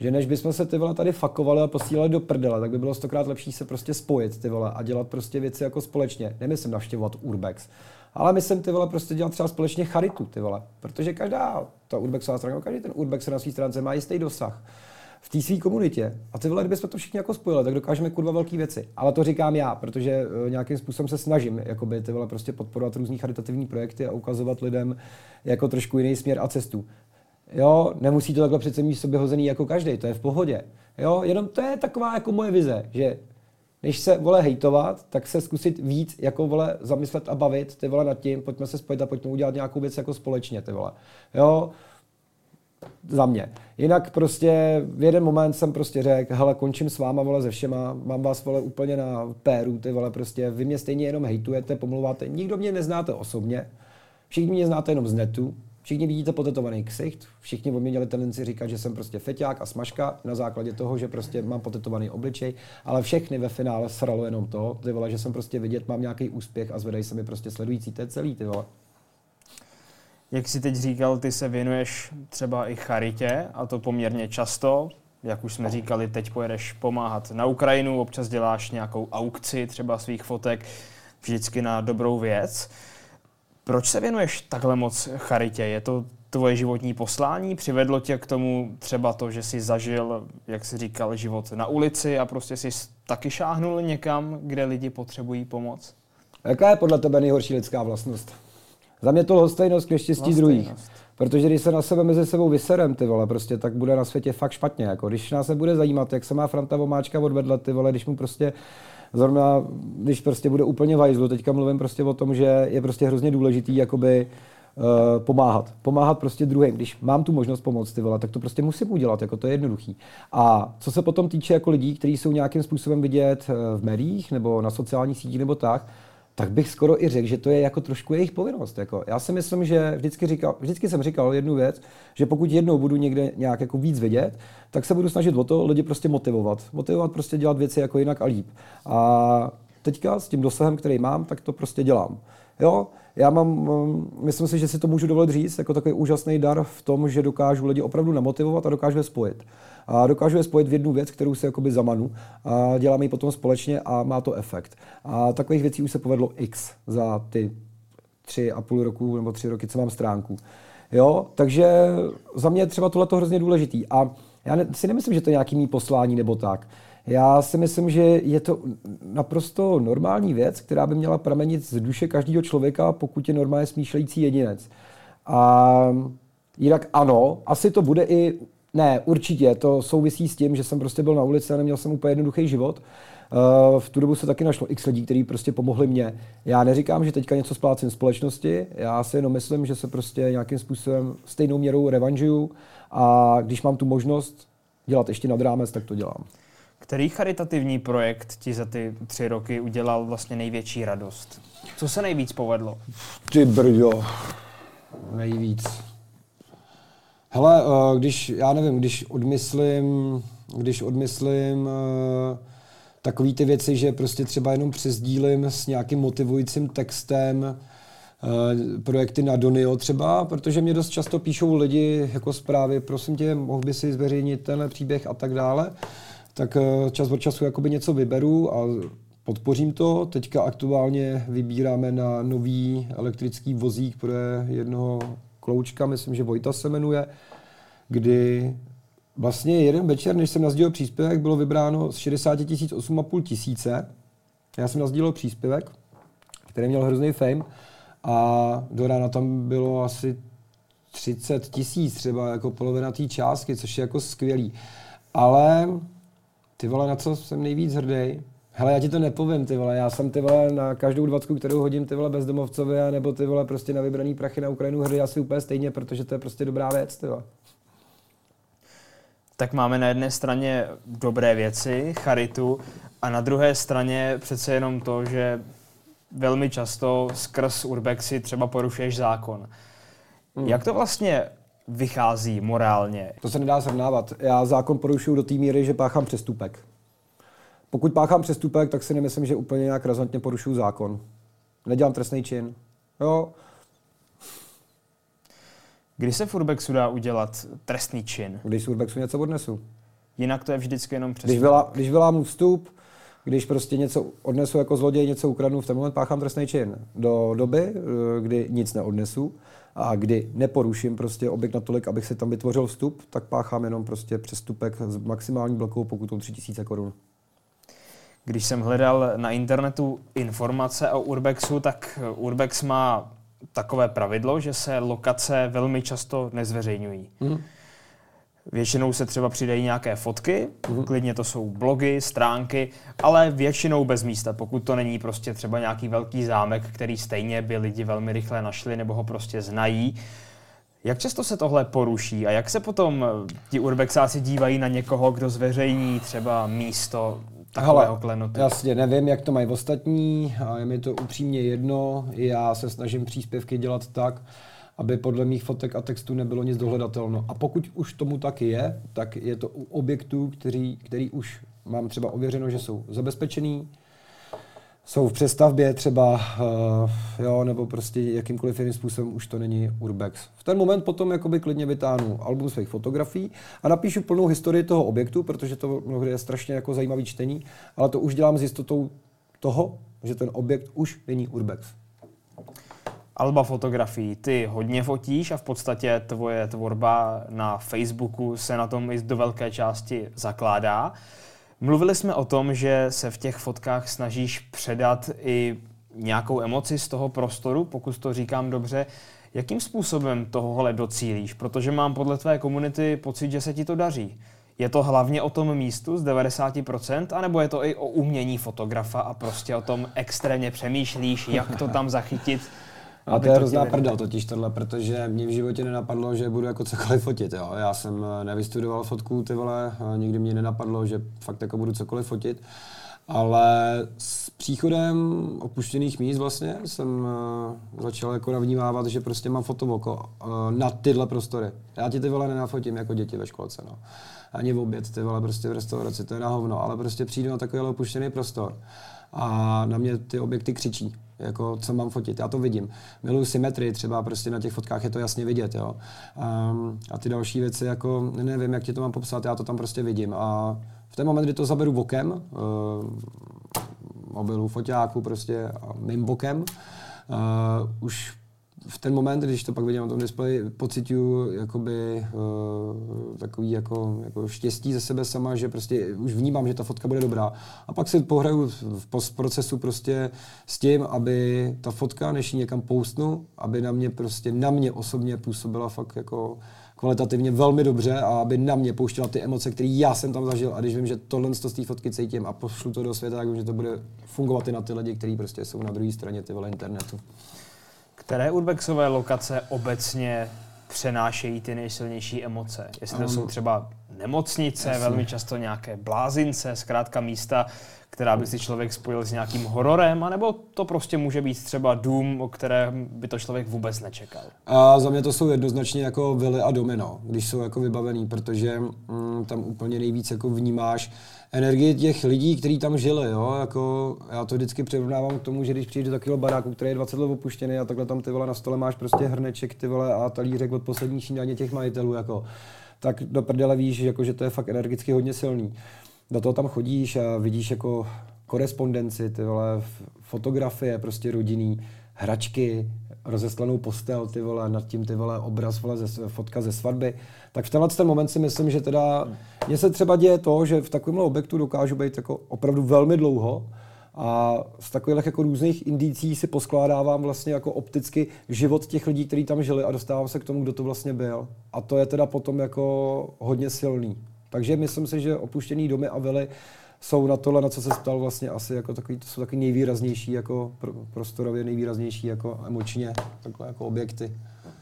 že než bychom se ty vole tady fakovali a posílali do prdele, tak by bylo stokrát lepší se prostě spojit ty vole a dělat prostě věci jako společně. Nemyslím navštěvovat Urbex, ale myslím ty vole prostě dělat třeba společně charitu ty vole, protože každá ta Urbexová stránka, každý ten Urbex na své stránce má jistý dosah v té své komunitě. A ty vole, kdybychom to všichni jako spojili, tak dokážeme kurva velké věci. Ale to říkám já, protože uh, nějakým způsobem se snažím jakoby, ty vole, prostě podporovat různý charitativní projekty a ukazovat lidem jako trošku jiný směr a cestu. Jo, nemusí to takhle přece mít v sobě hozený jako každý, to je v pohodě. Jo, jenom to je taková jako moje vize, že než se vole hejtovat, tak se zkusit víc jako vole zamyslet a bavit ty vole nad tím, pojďme se spojit a pojďme udělat nějakou věc jako společně ty vole. Jo, za mě. Jinak prostě v jeden moment jsem prostě řekl, hele, končím s váma, vole, ze všema, mám vás, vole, úplně na péru, ty vole, prostě, vy mě stejně jenom hejtujete, pomlouváte, nikdo mě neznáte osobně, všichni mě znáte jenom z netu, všichni vidíte potetovaný ksicht, všichni o mě měli tendenci říkat, že jsem prostě feťák a smažka na základě toho, že prostě mám potetovaný obličej, ale všechny ve finále sralo jenom to, ty vole, že jsem prostě vidět, mám nějaký úspěch a zvedají se mi prostě sledující, to je celý, ty vole. Jak jsi teď říkal, ty se věnuješ třeba i charitě, a to poměrně často. Jak už jsme říkali, teď pojedeš pomáhat na Ukrajinu, občas děláš nějakou aukci třeba svých fotek, vždycky na dobrou věc. Proč se věnuješ takhle moc charitě? Je to tvoje životní poslání? Přivedlo tě k tomu třeba to, že jsi zažil, jak jsi říkal, život na ulici a prostě jsi taky šáhnul někam, kde lidi potřebují pomoc? Jaká je podle tebe nejhorší lidská vlastnost? Za mě to lhostejnost k neštěstí druhých. Protože když se na sebe mezi sebou vyserem, ty vole, prostě, tak bude na světě fakt špatně. Jako. Když nás nebude zajímat, jak se má Franta Vomáčka odvedle, ty vole, když mu prostě zrovna, když prostě bude úplně v hajzlu, teďka mluvím prostě o tom, že je prostě hrozně důležitý jakoby uh, pomáhat. Pomáhat prostě druhým. Když mám tu možnost pomoct, ty vole, tak to prostě musím udělat, jako to je jednoduchý. A co se potom týče jako lidí, kteří jsou nějakým způsobem vidět v médiích nebo na sociálních sítích nebo tak, tak bych skoro i řekl, že to je jako trošku jejich povinnost. Jako. Já si myslím, že vždycky, říkal, vždycky jsem říkal jednu věc, že pokud jednou budu někde nějak jako víc vidět, tak se budu snažit o to lidi prostě motivovat. Motivovat prostě dělat věci jako jinak a líp. A teďka s tím dosahem, který mám, tak to prostě dělám. Jo, já mám, myslím si, že si to můžu dovolit říct, jako takový úžasný dar v tom, že dokážu lidi opravdu namotivovat a dokážu je spojit. A dokážu je spojit v jednu věc, kterou si jakoby zamanu a děláme ji potom společně a má to efekt. A takových věcí už se povedlo x za ty tři a půl roku nebo tři roky, co mám stránku. Jo, takže za mě je třeba tohleto hrozně důležitý. A já ne, si nemyslím, že to je nějaký mý poslání nebo tak. Já si myslím, že je to naprosto normální věc, která by měla pramenit z duše každého člověka, pokud je normálně smýšlející jedinec. A jinak ano, asi to bude i, ne, určitě, to souvisí s tím, že jsem prostě byl na ulici a neměl jsem úplně jednoduchý život. V tu dobu se taky našlo x lidí, kteří prostě pomohli mně. Já neříkám, že teďka něco splácím společnosti, já si jenom myslím, že se prostě nějakým způsobem stejnou měrou revanžuju a když mám tu možnost dělat ještě nad rámec, tak to dělám. Který charitativní projekt ti za ty tři roky udělal vlastně největší radost? Co se nejvíc povedlo? Ty brďo, nejvíc. Hele, když, já nevím, když odmyslím, když odmyslím takový ty věci, že prostě třeba jenom přesdílím s nějakým motivujícím textem projekty na Donio třeba, protože mě dost často píšou lidi jako zprávy, prosím tě, mohl by si zveřejnit tenhle příběh a tak dále, tak čas od času jakoby něco vyberu a podpořím to. Teďka aktuálně vybíráme na nový elektrický vozík pro jednoho kloučka, myslím, že Vojta se jmenuje, kdy vlastně jeden večer, než jsem nasdílel příspěvek, bylo vybráno z šedesát tisíc osm a půl tisíce. Já jsem nasdílel příspěvek, který měl hrozný fame a do rána tam bylo asi třicet tisíc, třeba jako polovina té částky, což je jako skvělý. Ale ty vole, na co jsem nejvíc hrdý? Hele, já ti to nepovím, ty vole, já jsem ty vole na každou dvacku, kterou hodím ty vole bezdomovcovi, nebo ty vole prostě na vybraný prachy na Ukrajinu hrdý asi úplně stejně, protože to je prostě dobrá věc, ty vole. Tak máme na jedné straně dobré věci, charitu, a na druhé straně přece jenom to, že velmi často skrz urbexy třeba porušuješ zákon. Hmm. Jak to vlastně vychází morálně? To se nedá srovnávat. Já zákon porušuju do té míry, že páchám přestupek. Pokud páchám přestupek, tak si nemyslím, že úplně nějak razantně porušuju zákon. Nedělám trestný čin. Jo. Kdy se v urbexu dá udělat trestný čin? Když z urbexu něco odnesu. Jinak to je vždycky jenom přes. Když, vylá, když vylámu vstup, když prostě něco odnesu jako zloděj, něco ukradnu, v ten moment páchám trestný čin. Do doby, kdy nic neodnesu a kdy neporuším prostě objekt natolik, abych si tam vytvořil vstup, tak páchám jenom prostě přestupek s maximální blokovou pokutou tři tisíce korun. Když jsem hledal na internetu informace o Urbexu, tak Urbex má takové pravidlo, že se lokace velmi často nezveřejňují. Mm. Většinou se třeba přidají nějaké fotky, mm. klidně to jsou blogy, stránky, ale většinou bez místa, pokud to není prostě třeba nějaký velký zámek, který stejně by lidi velmi rychle našli nebo ho prostě znají. Jak často se tohle poruší a jak se potom ti urbexáci dívají na někoho, kdo zveřejní třeba místo takového klenotu? Jasně, nevím, jak to mají ostatní, a je mi to upřímně jedno. Já se snažím příspěvky dělat tak, aby podle mých fotek a textů nebylo nic dohledatelno. A pokud už tomu tak je, tak je to u objektů, který, který už mám třeba ověřeno, že jsou zabezpečený, jsou v přestavbě třeba, uh, jo, nebo prostě jakýmkoliv jiným způsobem už to není Urbex. V ten moment potom jakoby klidně vytáhnu album svých fotografií a napíšu plnou historii toho objektu, protože to mnohdy je strašně jako zajímavý čtení, ale to už dělám s jistotou toho, že ten objekt už není Urbex. Alba fotografií. Ty hodně fotíš a v podstatě tvoje tvorba na Facebooku se na tom i do velké části zakládá. Mluvili jsme o tom, že se v těch fotkách snažíš předat i nějakou emoci z toho prostoru, pokud to říkám dobře. Jakým způsobem tohohle docílíš? Protože mám podle tvé komunity pocit, že se ti to daří. Je to hlavně o tom místu z devadesát procent, anebo je to i o umění fotografa a prostě o tom extrémně přemýšlíš, jak to tam zachytit? A to je hrozná prdel totiž tohle, protože mě v životě nenapadlo, že budu jako cokoliv fotit, jo. Já jsem nevystudoval fotku, ty vole, nikdy mě nenapadlo, že fakt jako budu cokoliv fotit, ale s příchodem opuštěných míst vlastně jsem začal jako navnímávat, že prostě mám fotovoko na tyhle prostory. Já ti ty vole nenafotím jako děti ve školce, no. Ani v oběd, ty vole, prostě v restauraci, to je na hovno, ale prostě přijdu na takovýhle opuštěný prostor a na mě ty objekty křičí. Jako, co mám fotit, já to vidím. Miluji symetrii, třeba prostě na těch fotkách je to jasně vidět, jo. Um, a ty další věci, jako nevím, jak ti to mám popsat, já to tam prostě vidím. A v ten moment, kdy to zaberu bokem, uh, mobilu, foťáku prostě a mým bokem, uh, už v ten moment, když to pak vidím na tom displeji, pociťuju jakoby uh, takový jako, jako štěstí ze sebe sama, že prostě už vnímám, že ta fotka bude dobrá. A pak si pohraju v postprocesu prostě s tím, aby ta fotka, než ji někam postnu, aby na mě prostě, na mě osobně působila fakt jako kvalitativně velmi dobře a aby na mě pouštěla ty emoce, které já jsem tam zažil. A když vím, že tohle z té fotky cítím a pošlu to do světa, tak vím, že to bude fungovat i na ty lidi, kteří prostě jsou na druhé straně ty vole internetu. Které urbexové lokace obecně přenášejí ty nejsilnější emoce? Jestli to um, jsou třeba nemocnice, jasně. Velmi často nějaké blázince, zkrátka místa, která by si člověk spojil s nějakým hororem, anebo to prostě může být třeba dům, o kterém by to člověk vůbec nečekal? A za mě to jsou jednoznačně jako vily a domy, no, když jsou jako vybavený, protože mm, tam úplně nejvíc jako vnímáš energii těch lidí, kteří tam žili, jo, jako já to vždycky přirovnávám k tomu, že když přijdeš do takového baráku, který je dvacet let opuštěný a takhle tam ty vole na stole máš prostě hrneček ty vole a talířek od poslední snídaně těch majitelů, jako, tak do prdele víš, jako, že to je fakt energicky hodně silný. Do toho tam chodíš a vidíš jako korespondenci, ty vole, fotografie prostě rodinný, hračky, rozeslanou postel, ty vole, nad tím ty vole obraz, vole, ze, fotka ze svatby. Tak v tenhle ten moment si myslím, že teda mně se třeba děje to, že v takovémhle objektu dokážu být jako opravdu velmi dlouho a z takových jako různých indicí si poskládávám vlastně jako opticky život těch lidí, kteří tam žili a dostávám se k tomu, kdo to vlastně byl. A to je teda potom jako hodně silný. Takže myslím si, že opuštěný domy a vily jsou na tohle, na co se ptal vlastně asi jako takový, to jsou takový nejvýraznější jako prostorově, nejvýraznější jako emočně, takhle jako objekty.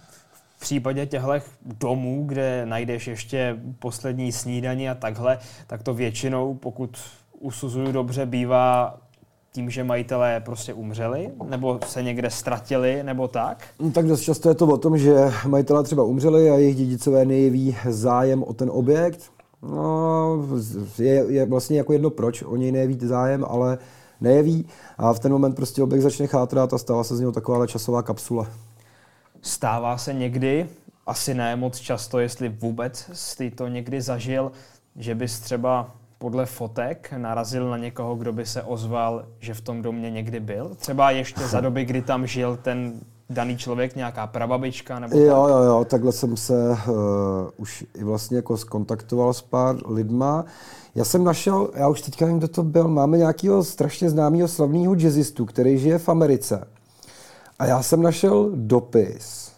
V případě těchto domů, kde najdeš ještě poslední snídaní a takhle, tak to většinou, pokud usuzuju dobře, bývá tím, že majitelé prostě umřeli, nebo se někde ztratili, nebo tak? No, tak dost často je to o tom, že majitelé třeba umřeli a jejich dědicové nejeví zájem o ten objekt. No, je, je vlastně jako jedno proč, o něj nejeví zájem, ale nejeví a v ten moment prostě objekt začne chátrat a stává se z něho taková časová kapsule. Stává se někdy, asi ne moc často, jestli vůbec jsi to někdy zažil, že bys třeba podle fotek narazil na někoho, kdo by se ozval, že v tom domě někdy byl? Třeba ještě za doby, kdy tam žil ten daný člověk, nějaká prababička nebo Jo, tak? jo, jo, takhle jsem se uh, už i vlastně jako skontaktoval s pár lidma. Já jsem našel, já už teďka nevím, kdo to byl, máme nějakého strašně známého slavného jazzistu, který žije v Americe. A já jsem našel dopis,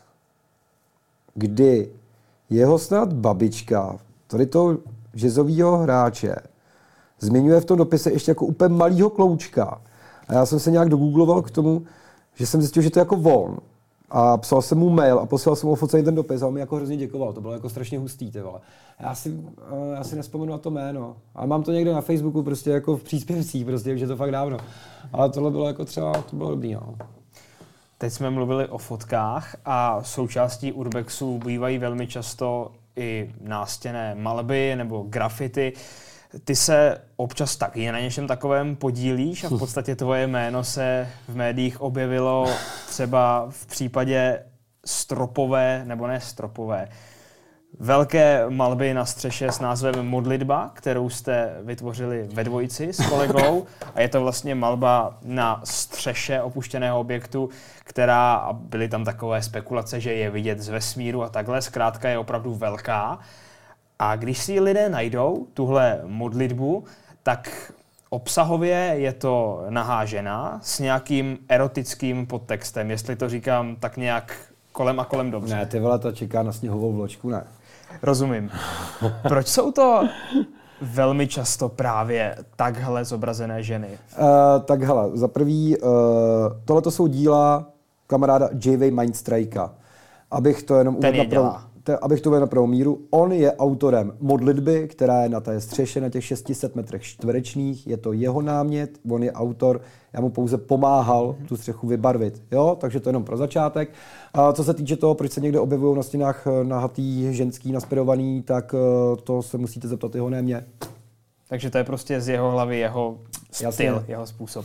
kdy jeho snad babička, tady toho jazzového hráče, zmiňuje v tom dopise ještě jako úplně malýho kloučka. A já jsem se nějak dogoogloval k tomu, že jsem zjistil, že to je jako on. A psal jsem mu mail a poslal jsem mu ofocený ten dopis a on mi jako hrozně děkoval. To bylo jako strašně hustý, ty vole. Já si, já si nespomenu na to jméno. Ale mám to někde na Facebooku prostě jako v příspěvcích, prostě, že to fakt dávno. Ale tohle bylo jako třeba, to bylo dobrý, no. Teď jsme mluvili o fotkách a součástí urbexu bývají velmi často i nástěnné malby nebo grafity. Ty se občas taky na něčem takovém podílíš a v podstatě tvoje jméno se v médiích objevilo třeba v případě stropové, nebo ne stropové, velké malby na střeše s názvem Modlitba, kterou jste vytvořili ve dvojici s kolegou. A je to vlastně malba na střeše opuštěného objektu, která, a byly tam takové spekulace, že je vidět z vesmíru a takhle, zkrátka je opravdu velká. A když si lidé najdou tuhle modlitbu, tak obsahově je to nahá žena s nějakým erotickým podtextem, jestli to říkám tak nějak kolem a kolem dobře. Ne, ty vole, to čeká na sněhovou vločku, ne. Rozumím. Proč jsou to velmi často právě takhle zobrazené ženy? Uh, tak hele, za prvý, uh, tohleto jsou díla kamaráda J V Mindstrikea. Abych to jenom Ten je uvedl dělá. Te, abych to uvedl na pravou míru, on je autorem modlitby, která je na té střeše na těch šest set metrech čtverečních, je to jeho námět, on je autor, já mu pouze pomáhal tu střechu vybarvit, jo, takže to jenom pro začátek. A co se týče toho, proč se někde objevují na stěnách nahatý, ženský, naspirovaný, tak to se musíte zeptat jeho, ne mě. Takže to je prostě z jeho hlavy jeho styl, Jasně. jeho způsob.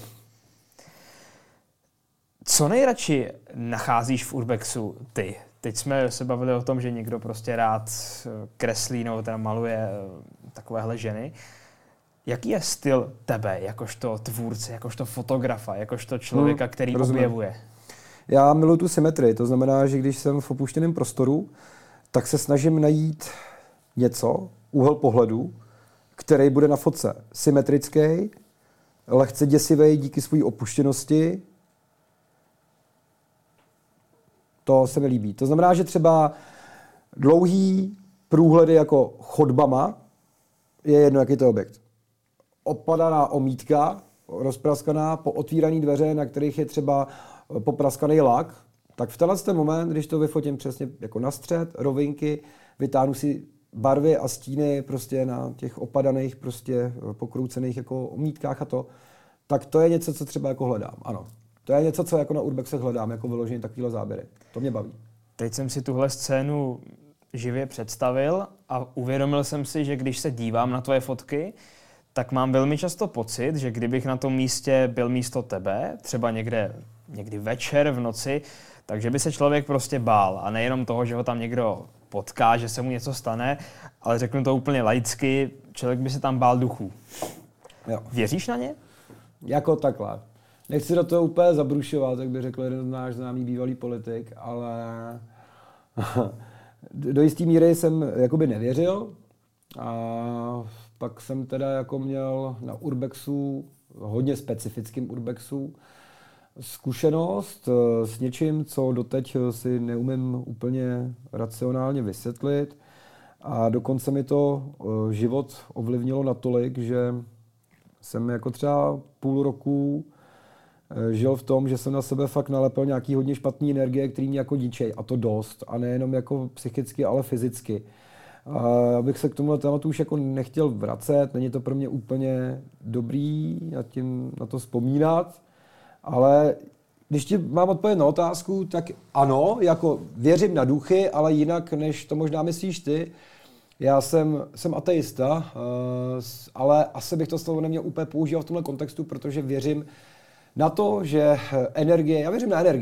Co nejradši nacházíš v urbexu ty? Teď jsme se bavili o tom, že někdo prostě rád kreslí nebo teda maluje takovéhle ženy. Jaký je styl tebe, jakožto tvůrce, jakožto fotografa, jakožto člověka, hmm, který rozumím. objevuje? Já miluji tu symetrii, to znamená, že když jsem v opuštěném prostoru, tak se snažím najít něco, úhel pohledu, který bude na fotce symetrický, lehce děsivý díky své opuštěnosti. To se mi líbí. To znamená, že třeba dlouhý průhledy jako chodbama je jedno, jaký to je objekt. Opadaná omítka, rozpraskaná, pootvíraný dveře, na kterých je třeba popraskaný lak, tak v tenhle ten moment, když to vyfotím přesně jako na střed, rovinky, vytáhnu si barvy a stíny prostě na těch opadaných, prostě pokroucených jako omítkách a to, tak to je něco, co třeba jako hledám, ano. To je něco, co jako na urbexech hledám, jako vyloženě takovýhle záběry. To mě baví. Teď jsem si tuhle scénu živě představil a uvědomil jsem si, že když se dívám na tvoje fotky, tak mám velmi často pocit, že kdybych na tom místě byl místo tebe, třeba někde, někdy večer, v noci, takže by se člověk prostě bál. A nejenom toho, že ho tam někdo potká, že se mu něco stane, ale řeknu to úplně laicky, člověk by se tam bál duchů. Jo. Věříš na ně? Jako takhle. Nechci do toho úplně zabrušovat, jak by řekl jeden náš známý bývalý politik, ale do jisté míry jsem jakoby nevěřil. A pak jsem teda jako měl na urbexu, hodně specifickým urbexu, zkušenost s něčím, co doteď si neumím úplně racionálně vysvětlit. A dokonce mi to život ovlivnilo natolik, že jsem jako třeba půl roku žil v tom, že jsem na sebe fakt nalepil nějaký hodně špatný energie, který mě jako ničej, a to dost. A nejenom jako psychicky, ale fyzicky. A abych se k tomu tématu už jako nechtěl vracet, není to pro mě úplně dobrý na, tím, na to vzpomínat, ale když ti mám odpovědět na otázku, tak ano, jako věřím na duchy, ale jinak, než to možná myslíš ty. Já jsem, jsem ateista, ale asi bych to slovo neměl úplně používat v tomhle kontextu, protože věřím na to, že energie, já věřím na energie.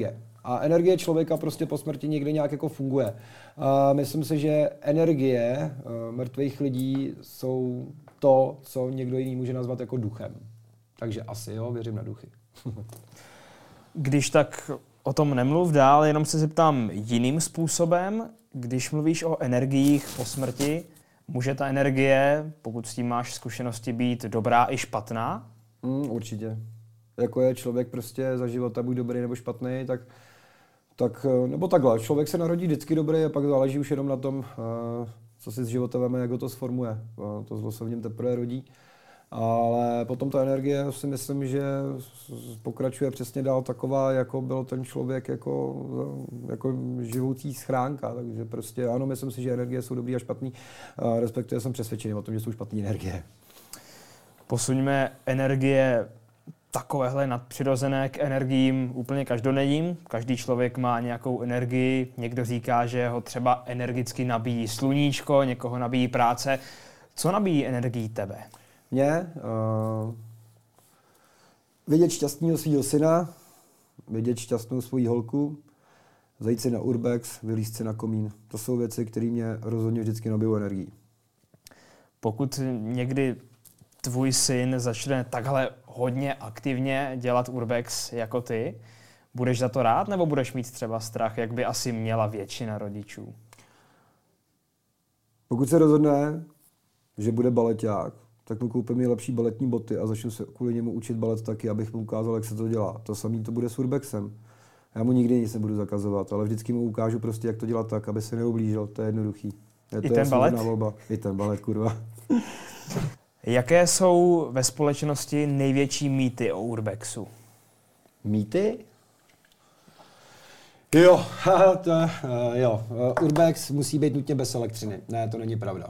A energie člověka prostě po smrti někde nějak jako funguje. A myslím si, že energie uh, mrtvých lidí jsou to, co někdo jiný může nazvat jako duchem. Takže asi jo, věřím na duchy. Když tak o tom nemluv dál, jenom se zeptám jiným způsobem. Když mluvíš o energiích po smrti, může ta energie, pokud s tím máš zkušenosti, být dobrá i špatná? Mm, určitě. Jako je člověk prostě za života buď dobrý nebo špatný, tak, tak nebo takhle. Člověk se narodí vždycky dobrý a pak záleží už jenom na tom, co si z života veme, jak ho to sformuje. To zlo se v něm teprve rodí. Ale potom ta energie si myslím, že pokračuje přesně dál taková, jako byl ten člověk jako, jako živoucí schránka. Takže prostě ano, myslím si, že energie jsou dobrý a špatný. A respektive jsem přesvědčený o tom, že jsou špatné energie. Posuňme energie takovéhle nadpřirozené k energiím úplně každodenním. Každý člověk má nějakou energii. Někdo říká, že ho třeba energicky nabíjí sluníčko, někoho nabíjí práce. Co nabíjí energii tebe? Mě uh, vidět šťastného svého syna, vidět šťastnou svoji holku, zajít si na urbex, vylízt si na komín. To jsou věci, které mě rozhodně vždycky nabijou energii. Pokud někdy tvůj syn začne takhle hodně aktivně dělat urbex jako ty, budeš za to rád, nebo budeš mít třeba strach, jak by asi měla většina rodičů? Pokud se rozhodne, že bude baleťák, tak mu koupím nejlepší baletní boty a začnu se kvůli němu učit balet taky, abych mu ukázal, jak se to dělá. To samé to bude s urbexem. Já mu nikdy nic nebudu zakazovat, ale vždycky mu ukážu prostě, jak to dělat tak, aby se neublížil. To je jednoduchý. Je to I ten balet? Volba. I ten balet, kurva. Jaké jsou ve společnosti největší mýty o urbexu? Mýty? Jo, to, uh, jo. Uh, urbex musí být nutně bez elektřiny. Ne, to není pravda.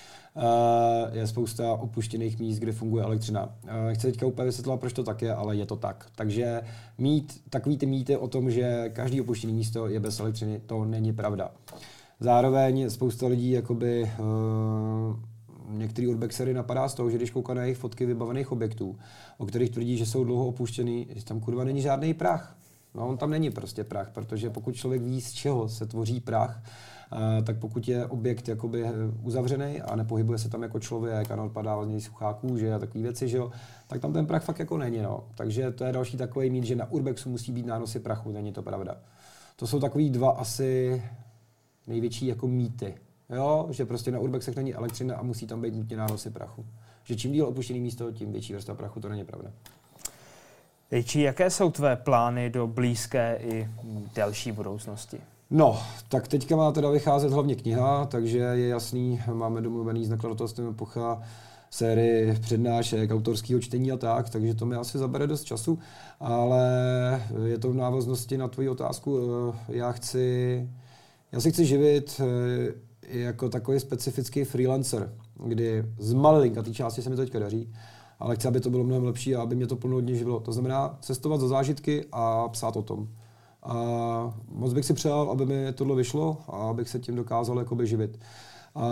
Uh, je spousta opuštěných míst, kde funguje elektřina. Uh, chci teďka úplně vysvětlovat, proč to tak je, ale je to tak. Takže mít takový ty mýty o tom, že každý opuštěný místo je bez elektřiny, to není pravda. Zároveň spousta lidí, jakoby, uh, některý urbexery napadá z toho, že když kouká na jejich fotky vybavených objektů, o kterých tvrdí, že jsou dlouho opuštěný, že tam kurva není žádný prach. No, on tam není prostě prach, protože pokud člověk ví, z čeho se tvoří prach, Uh, tak pokud je objekt jakoby uzavřený a nepohybuje se tam jako člověk a neodpadá z něj suchá kůže a takové věci, že jo, tak tam ten prach fakt jako není. No. Takže to je další takový mýt, že na urbexu musí být nánosy prachu, není to pravda. To jsou takový dva asi největší jako mýty, jo, že prostě na urbexech není elektřina a musí tam být nutně nánosy prachu. Že čím díl opuštěný místo, tím větší vrstva prachu, to není pravda. Ejči, jaké jsou tvé plány do blízké i delší budoucnosti? No, tak teďka má teda vycházet hlavně kniha, takže je jasný, máme domluvený s nakladatelstvem Epocha sérii přednášek, autorského čtení a tak, takže to mi asi zabere dost času, ale je to v návaznosti na tvoji otázku. Já chci, já si chci živit jako takový specifický freelancer, kdy z malinkatý části se mi to teďka daří, ale chci, aby to bylo mnohem lepší a aby mě to plnohodně živilo. To znamená cestovat za zážitky a psát o tom. A moc bych si přál, aby mi tohle vyšlo a abych se tím dokázal jakoby živit. A,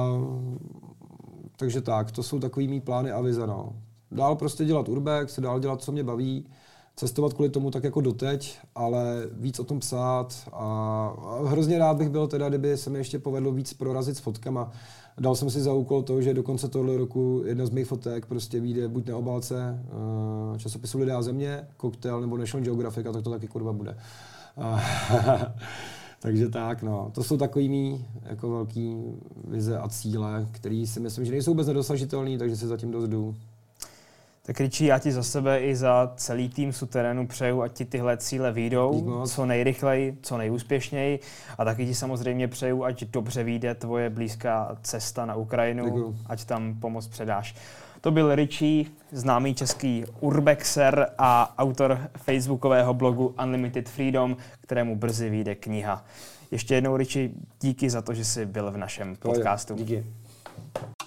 takže tak, to jsou takový mý plány a vize. No. Dál prostě dělat urbex, dál dělat, co mě baví, cestovat kvůli tomu tak jako doteď, ale víc o tom psát. A, a hrozně rád bych byl teda, kdyby se mi ještě povedlo víc prorazit s fotkama. Dal jsem si za úkol to, že do konce tohle roku jedna z mých fotek prostě vyjde buď na obálce uh, časopisu Lidé a země, Cocktail nebo National Geographic a tak to taky kurva bude. Uh, takže tak, no. To jsou takový mý jako velký vize a cíle, které si myslím, že nejsou vůbec nedosažitelné, takže se zatím dost jdu. Tak Riči, já ti za sebe i za celý tým Suterénu přeju, ať ti tyhle cíle vyjdou co nejrychleji, co nejúspěšněji a taky ti samozřejmě přeju, ať dobře vyjde tvoje blízká cesta na Ukrajinu, Děkuju. Ať tam pomoc předáš. To byl Riči, známý český urbexer a autor facebookového blogu Unlimited Freedom, kterému brzy vyjde kniha. Ještě jednou, Riči, díky za to, že jsi byl v našem podcastu. Díky.